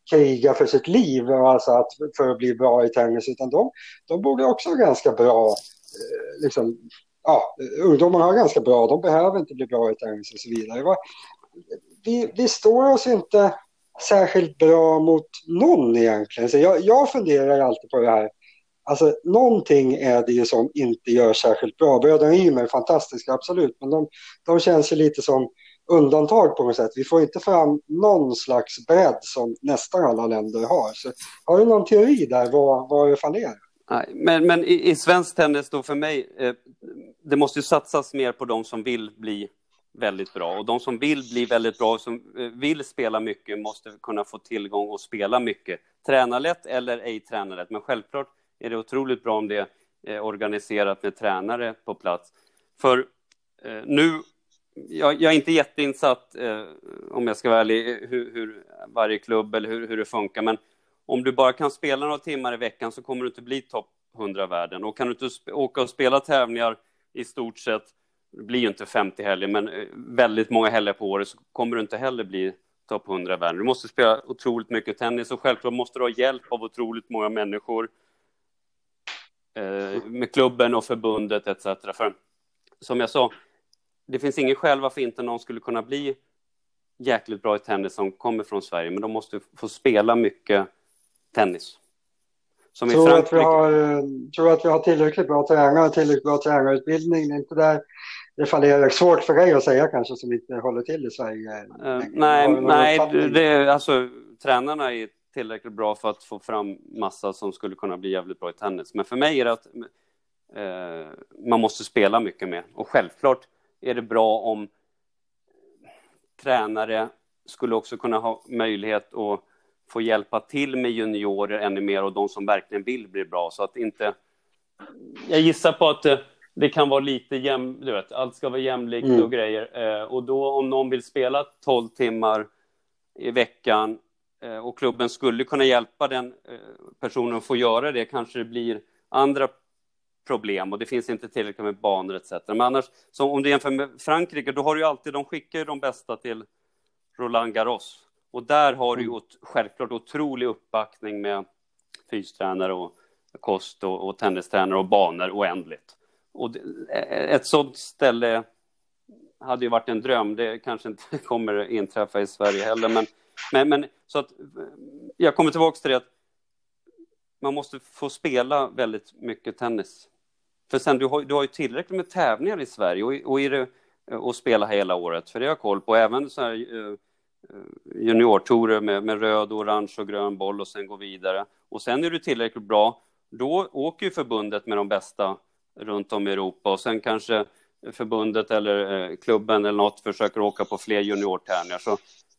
kriga för sitt liv alltså att, för att bli bra i tennis, utan de, de borde också ha ganska bra, eh, liksom, ja, ungdomarna har ganska bra, de behöver inte bli bra i tennis och så vidare. Vi, vi står oss inte särskilt bra mot någon egentligen. Så jag, jag funderar alltid på det här. Alltså någonting är det ju som inte gör särskilt bra. Bröderna Ymer är fantastiska, absolut. Men de, de känns ju lite som undantag på något sätt. Vi får inte fram någon slags bredd som nästan alla länder har. Så har du någon teori där vad, vad det fan är? Nej, men, men i, i svensk tennis då för mig, eh, det måste ju satsas mer på de som vill bli väldigt bra. Och de som vill bli väldigt bra, som eh, vill spela mycket, måste kunna få tillgång och spela mycket. Träna lätt eller ej träna lätt. Men självklart är det otroligt bra om det är organiserat med tränare på plats. För eh, nu, jag, jag är inte jätteinsatt, eh, om jag ska vara ärlig, hur, hur varje klubb eller hur, hur det funkar. Men om du bara kan spela några timmar i veckan så kommer du inte bli topp hundra världen. Och kan du inte sp- åka och spela tävlingar i stort sett, det blir ju inte femtio helger, men väldigt många helger på året, så kommer du inte heller bli topp hundra världen. Du måste spela otroligt mycket tennis och självklart måste du ha hjälp av otroligt många människor eh, med klubben och förbundet et cetera. För som jag sa, det finns ingen skäl varför inte någon skulle kunna bli jäkligt bra i tennis som kommer från Sverige, men de måste få spela mycket tennis. Som tror, i att vi har, tror att vi har tillräckligt bra tränare, tillräckligt bra tränarutbildning. Det är inte där det fallerar. Svårt för dig att säga kanske, som inte håller till i Sverige. Uh, nej, nej det, alltså, tränarna är tillräckligt bra för att få fram massa som skulle kunna bli jävligt bra i tennis. Men för mig är det att uh, man måste spela mycket mer. Och självklart är det bra om tränare skulle också kunna ha möjlighet att få hjälpa till med juniorer ännu mer och de som verkligen vill bli bra. Så att inte... Jag gissar på att det, det kan vara lite jäm... Du vet, allt ska vara jämlikt mm. och grejer. Eh, och då om någon vill spela tolv timmar i veckan eh, och klubben skulle kunna hjälpa den eh, personen att få göra det, kanske det blir andra problem och det finns inte tillräckligt med banor et cetera. Men annars, så om du jämför med Frankrike, då har du ju alltid, de skickar ju de bästa till Roland Garros. Och där har du ju ot- självklart otrolig uppbackning med fystränare och kost och, och tennistränare och banor oändligt. Och det, ett sådant ställe hade ju varit en dröm. Det kanske inte kommer inträffa i Sverige heller. Men, men, men så att jag kommer tillbaka till det att man måste få spela väldigt mycket tennis. För sen du har, du har ju tillräckligt med tävlingar i Sverige och, och, är det, och spela hela året. För det har jag koll på. Även så här juniortourer med, med röd, orange och grön boll och sen gå vidare. Och sen är du tillräckligt bra, då åker ju förbundet med de bästa runt om i Europa och sen kanske förbundet eller eh, klubben eller något försöker åka på fler juniortävlingar. Så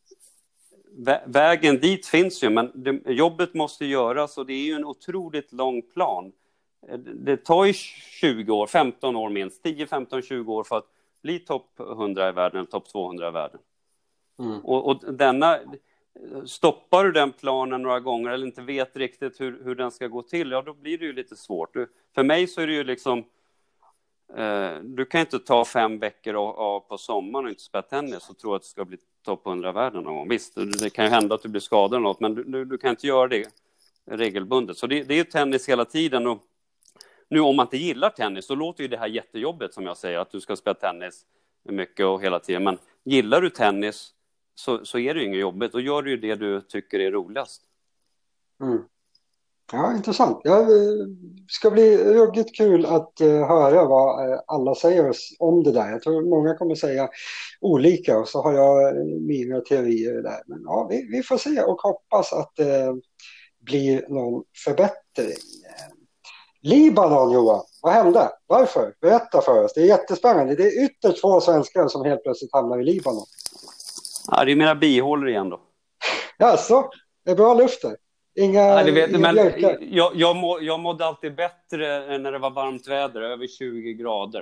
vä- vägen dit finns ju, men det, jobbet måste göras och det är ju en otroligt lång plan. Det, det tar ju tjugo år, femton år minst, tio, femton, tjugo år för att bli topp hundra i världen eller topp tvåhundra i världen. Mm. Och, och denna, stoppar du den planen några gånger eller inte vet riktigt hur, hur den ska gå till, ja då blir det ju lite svårt. Du, för mig så är det ju liksom, eh, du kan inte ta fem veckor av, av på sommaren och inte spela tennis och tro att det ska bli topp hundra i världen någon gång. Visst, det, det kan ju hända att du blir skadad eller något, men du, du, du kan inte göra det regelbundet. Så det, det är ju tennis hela tiden och nu om man inte gillar tennis så låter ju det här jättejobbet som jag säger, att du ska spela tennis mycket och hela tiden. Men gillar du tennis så, så är det ju inget jobbigt. Och gör du ju det du tycker är roligast. Mm. Ja, intressant. Det ska bli ruggigt kul att uh, höra vad uh, alla säger om det där. Jag tror många kommer säga olika och så har jag mina teorier där. Men ja, vi, vi får se och hoppas att det uh, blir någon förbättring. Libanon, Johan. Vad hände? Varför? Berätta för oss. Det är jättespännande. Det är ytterst få svenskar som helt plötsligt hamnar i Libanon. Ja, det är mina bihålor igen då. Ja, så. Det är bra luft där. Inga, ja, det vet, inga men jag, jag, må, jag mådde alltid bättre när det var varmt väder, över tjugo grader.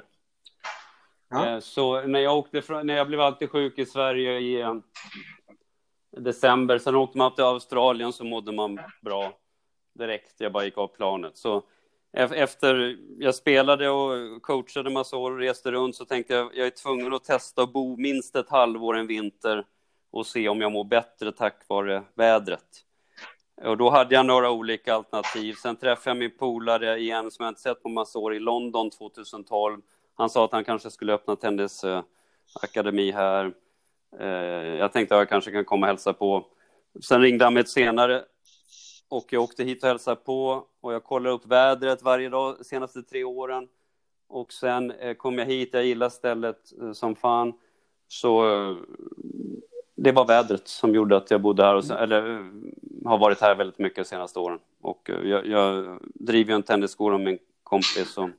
Ja. Så när jag, åkte från, när jag blev alltid sjuk i Sverige i december, sen åkte man till Australien så mådde man bra direkt. Jag bara gick av planet. Så efter jag spelade och coachade massa år och reste runt så tänkte jag jag är tvungen att testa att bo minst ett halvår en vinter och se om jag mår bättre tack vare vädret. Och då hade jag några olika alternativ. Sen träffade jag min polare igen som jag inte sett på massa år i London tjugohundratolv. Han sa att han kanske skulle öppna tennisakademi här. Jag tänkte att jag kanske kan komma och hälsa på. Sen ringde han mig senare och jag åkte hit och hälsade på. Och jag kollade upp vädret varje dag de senaste tre åren. Och sen kom jag hit, jag gillar stället som fan. Så det var vädret som gjorde att jag bodde här, och sen, eller har varit här väldigt mycket de senaste åren. Och jag, jag driver ju en tennisskola med min kompis. Och,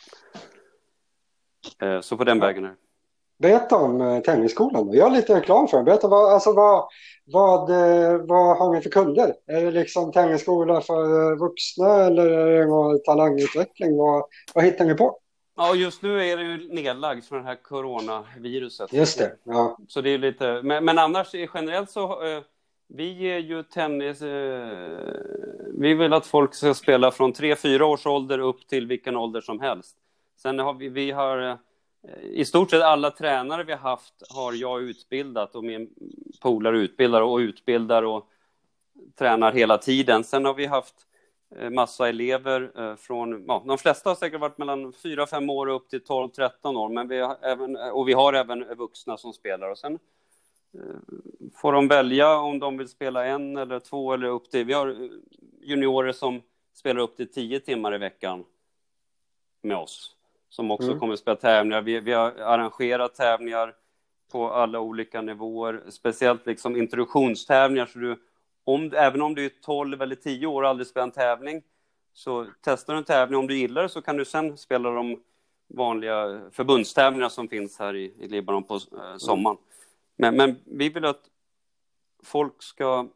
eh, så på den vägen är det. Berätta om eh, tennisskolan. Jag är lite reklam för den. Berätta, vad, alltså, vad, vad, eh, vad har ni för kunder? Är det liksom tennisskola för eh, vuxna eller är det någon talangutveckling? Vad, vad hittar ni på? Ja, just nu är det ju nedlagd för det här coronaviruset. Just det, ja. Så det är lite, men, men annars generellt så eh, vi är ju tennis, eh, vi vill att folk ska spela från tre fyra års ålder upp till vilken ålder som helst. Sen har vi, vi har eh, i stort sett alla tränare vi har haft har jag utbildat och min polare utbildar och utbildar och tränar hela tiden. Sen har vi haft massa elever från, ja, de flesta har säkert varit mellan fyra fem år upp till tolv tretton år, men vi har även, och vi har även vuxna som spelar, och sen får de välja om de vill spela en eller två eller upp till, vi har juniorer som spelar upp till tio timmar i veckan med oss, som också mm. kommer att spela tävlingar. Vi, vi har arrangerat tävlingar på alla olika nivåer, speciellt liksom introduktionstävlingar, så du Om, även om du är tolv eller tio år och aldrig spelar en tävling, så testar du en tävling. Om du gillar det så kan du sen spela de vanliga förbundstävlingarna som finns här i, i Libanon på eh, sommaren. Men, men vi vill att folk ska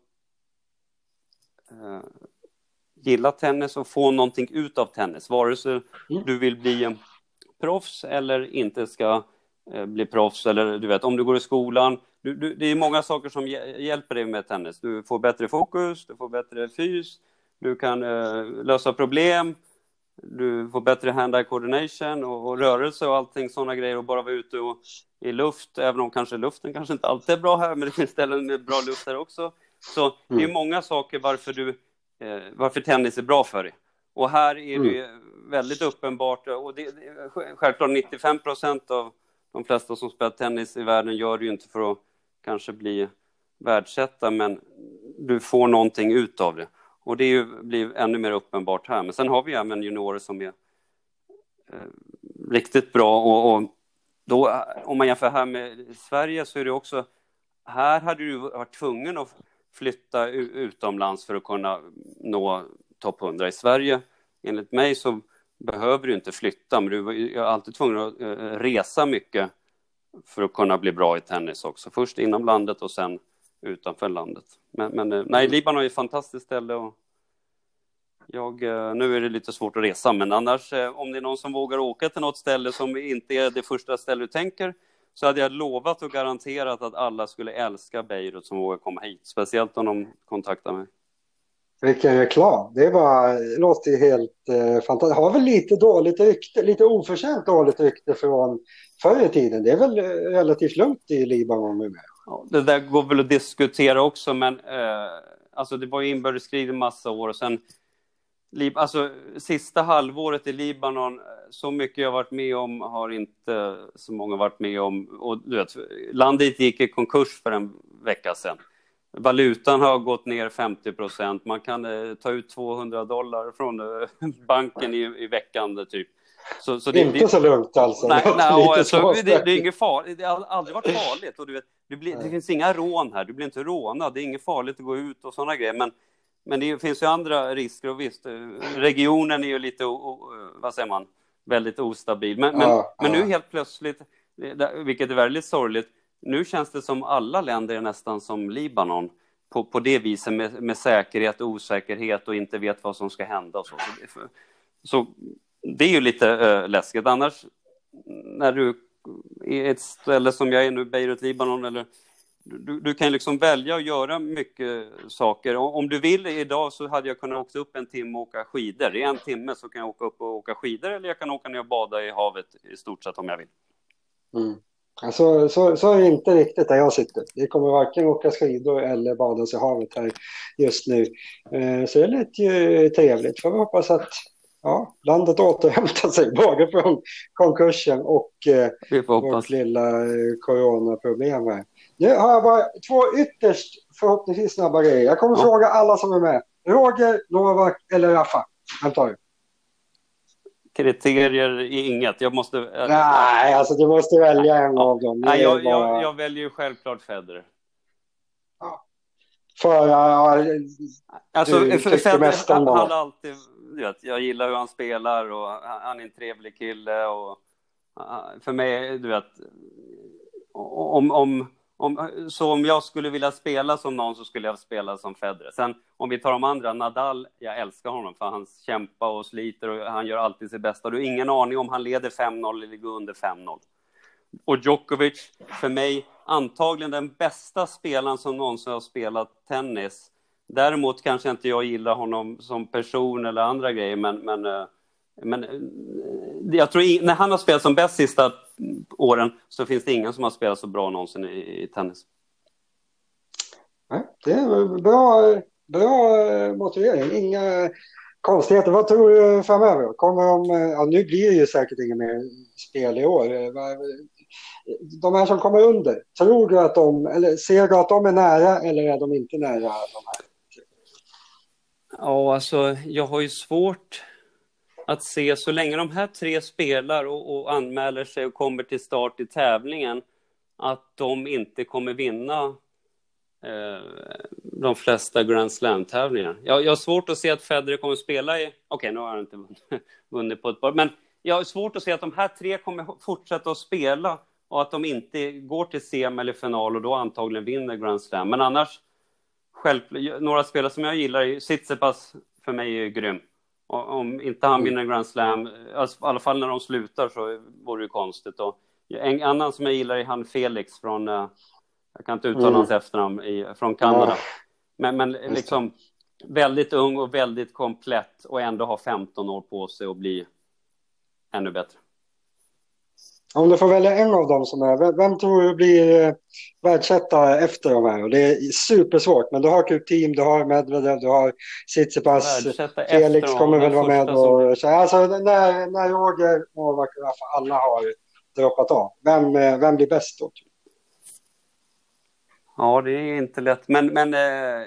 eh, gilla tennis och få någonting ut av tennis. Vare sig du vill bli en proffs eller inte ska eh, bli proffs. Eller du vet, om du går i skolan. Du, du, det är många saker som hjälper dig med tennis. Du får bättre fokus, du får bättre fys, du kan eh, lösa problem, du får bättre hand-eye coordination och, och rörelse och allting sådana grejer, och bara vara ute och, i luft, även om kanske luften kanske inte alltid är bra här, men det finns ställen med bra luft här också. Så mm. det är många saker varför, du, eh, varför tennis är bra för dig. Och här är det mm. väldigt uppenbart, och det, det, självklart nittiofem procent av de flesta som spelar tennis i världen gör det ju inte för att kanske bli världsetta, men du får någonting ut av det. Och det är ju, blir ännu mer uppenbart här. Men sen har vi även juniorer som är eh, riktigt bra. Och, och då, om man jämför här med Sverige, så är det också, här hade du varit tvungen att flytta utomlands för att kunna nå topp hundra. I Sverige, enligt mig, så behöver du inte flytta, men du är alltid tvungen att resa mycket för att kunna bli bra i tennis också. Först inom landet och sen utanför landet. Men, men nej, Libanon är ett fantastiskt ställe, och jag, nu är det lite svårt att resa, men annars, om det är någon som vågar åka till något ställe som inte är det första stället du tänker, så hade jag lovat och garanterat att alla skulle älska Beirut som vågar komma hit. Speciellt om de kontaktar mig. Vilken reklam. Det, är bara, det låter helt eh, fantastiskt. Har väl lite dåligt rykte, lite oförtjänt dåligt rykte från förr i tiden. Det är väl relativt lugnt i Libanon med mig. Ja, det där går väl att diskutera också, men eh, alltså det var ju inbördeskrig i massa år, och sen Lib- alltså sista halvåret i Libanon, så mycket jag varit med om har inte så många varit med om, och du vet, landet gick i konkurs för en vecka sedan. Valutan har gått ner femtio procent. Man kan eh, ta ut tvåhundra dollar från eh, banken i, i veckan typ. Så, så det är inte det, så lugnt alltså. Nej, nej alltså, det, det är inget farligt. Det har aldrig varit farligt. Och du vet, det, blir, det finns inga rån här. Du blir inte rånad. Det är inget farligt att gå ut och sådana grejer. Men, men det finns ju andra risker. Och visst, regionen är ju lite, vad säger man, väldigt ostabil. Men, men, ja, men nu helt plötsligt, vilket är väldigt sorgligt, nu känns det som alla länder är nästan som Libanon. På, på det viset med, med säkerhet och osäkerhet och inte vet vad som ska hända. Och så. Så, det är för, så det är ju lite äh, läskigt. Annars, när du är ett ställe som jag är nu, Beirut, Libanon, eller, du, du kan liksom välja att göra mycket saker. Om du vill idag, så hade jag kunnat åka upp en timme och åka skidor. I en timme så kan jag åka upp och åka skidor, eller jag kan åka ner och bada i havet i stort sett om jag vill. Mm. Alltså, så, så är det inte riktigt där jag sitter. Det kommer varken åka skidor eller badas i havet här just nu. Eh, så det är lite ju trevligt. Får vi hoppas att ja, landet återhämtar sig både från konkursen och eh, Vi får hoppas. vårt lilla eh, coronaproblem här. Nu har jag bara två ytterst förhoppningsvis snabba grejer. Jag kommer Ja. fråga alla som är med. Roger, Novak eller Rafa? Vem tar du? Kriterier är inget. Jag måste... Nej, alltså du måste välja en ja. av dem. Nej, jag, bara... jag, jag väljer ju självklart Federer. Ja. För ja, alltså, du tycker mest om han, honom. han alltid, du vet, jag gillar hur han spelar och han, han är en trevlig kille och för mig, du vet, om, om, om, så om jag skulle vilja spela som någon så skulle jag spela som Federer. Sen om vi tar de andra, Nadal, jag älskar honom för han kämpar och sliter och han gör alltid sitt bästa. Du har ingen aning om han leder fem noll eller går under fem noll. Och Djokovic, för mig, antagligen den bästa spelaren som någonsin har spelat tennis. Däremot kanske inte jag gillar honom som person eller andra grejer, men, men, men jag tror när han har spelat som bäst sista åren så finns det ingen som har spelat så bra någonsin i, i tennis. Ja, det är bra, bra motivering. Inga konstigheter. Vad tror du framöver? Kommer de, ja, nu blir det ju säkert inga mer spel i år. De här som kommer under, tror du att de, eller ser du att de är nära eller är de inte nära de här? Ja, alltså jag har ju svårt att se, så länge de här tre spelar och, och anmäler sig och kommer till start i tävlingen, att de inte kommer vinna eh, de flesta Grand Slam-tävlingar. Jag, jag har svårt att se att Federer kommer spela i... Okej, okay, nu har han inte vunnit, vunnit på ett par, men jag har svårt att se att de här tre kommer fortsätta att spela och att de inte går till sem eller final och då antagligen vinner Grand Slam. Men annars, själv, några spelare som jag gillar, Tsitsipas för mig är grym. Och om inte han vinner Grand Slam, alltså, i alla fall när de slutar så vore det konstigt. Och en annan som jag gillar är han Felix från, jag kan inte uttala mm. hans efternamn, i, från Kanada. Ja. Men, men liksom väldigt ung och väldigt komplett och ändå har femton år på sig och bli ännu bättre. Om du får välja en av dem som är, vem tror du blir världsetta efter de här? Och det är supersvårt, men du har Team, du har Medvedev, du har Tsitsipas, Felix kommer väl vara med. Och, som... alltså, när, när Roger och alla har droppat av, vem, vem blir bäst då? Ja, det är inte lätt, men, men eh,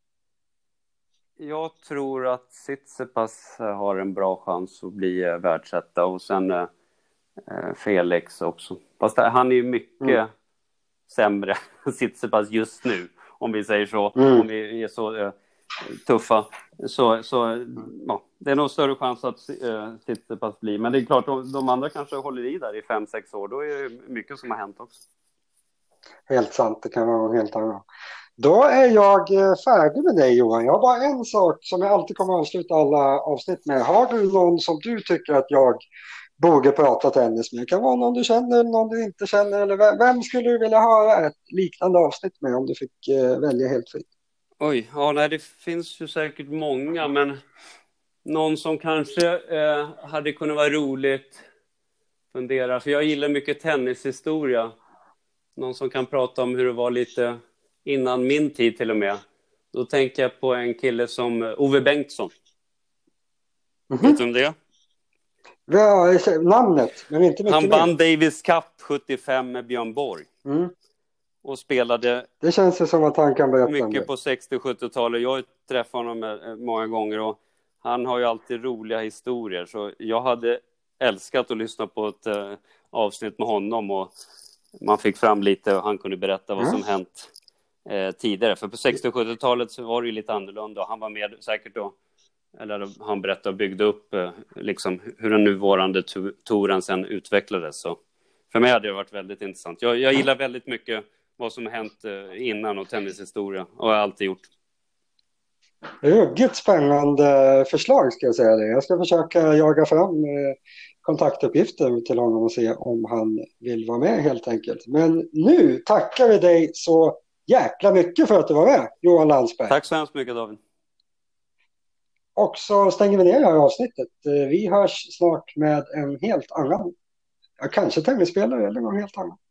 jag tror att Tsitsipas har en bra chans att bli eh, världsetta och sen eh, Felix också. Fast han är ju mycket mm. sämre Tsitsipas just nu, om vi säger så. Mm. Om vi är så uh, tuffa. Så, så mm. ja, det är nog större chans att uh, Tsitsipas blir. Men det är klart, de, de andra kanske håller i där i fem sex år. Då är det mycket som har hänt också. Helt sant, det kan vara helt annat. Då är jag färdig med dig, Johan. Jag har bara en sak som jag alltid kommer att avsluta alla avsnitt med. Har du någon som du tycker att jag borde prata tennis med? Det kan vara någon du känner, någon du inte känner. Eller vem skulle du vilja höra ett liknande avsnitt med om du fick uh, välja helt fritt? Oj, ja, nej, det finns ju säkert många, men någon som kanske eh, hade kunnat vara roligt fundera. För jag gillar mycket tennishistoria. Någon som kan prata om hur det var lite innan min tid till och med. Då tänker jag på en kille som Ove Bengtsson. Mm-hmm. Vet du om det? Ja, namnet, men inte mycket. Han vann mer. Davis Cup sjuttiofem med Björn Borg. Mm. Och spelade... Det känns ju som att han kan berätta mycket på sextio- och sjuttiotalet. Jag har träffat honom många gånger och han har ju alltid roliga historier. Så jag hade älskat att lyssna på ett uh, avsnitt med honom och man fick fram lite och han kunde berätta vad mm. som hänt eh, tidigare. För på sextio- och sjuttiotalet så var det ju lite annorlunda och han var med säkert då. Eller han berättade och byggde upp eh, liksom, hur den nuvarande to- touren sen utvecklades. Så för mig hade det varit väldigt intressant. Jag, jag gillar väldigt mycket vad som har hänt eh, innan och tennishistoria. Och har alltid gjort. Ruggigt spännande förslag ska jag säga det. Jag ska försöka jaga fram eh, kontaktuppgifter till honom och se om han vill vara med helt enkelt. Men nu tackar vi dig så jäkla mycket för att du var med, Johan Landsberg. Tack så hemskt mycket, David. Och så stänger vi ner det här avsnittet. Vi hörs snart med en helt annan, kanske tennisspelare eller någon helt annan.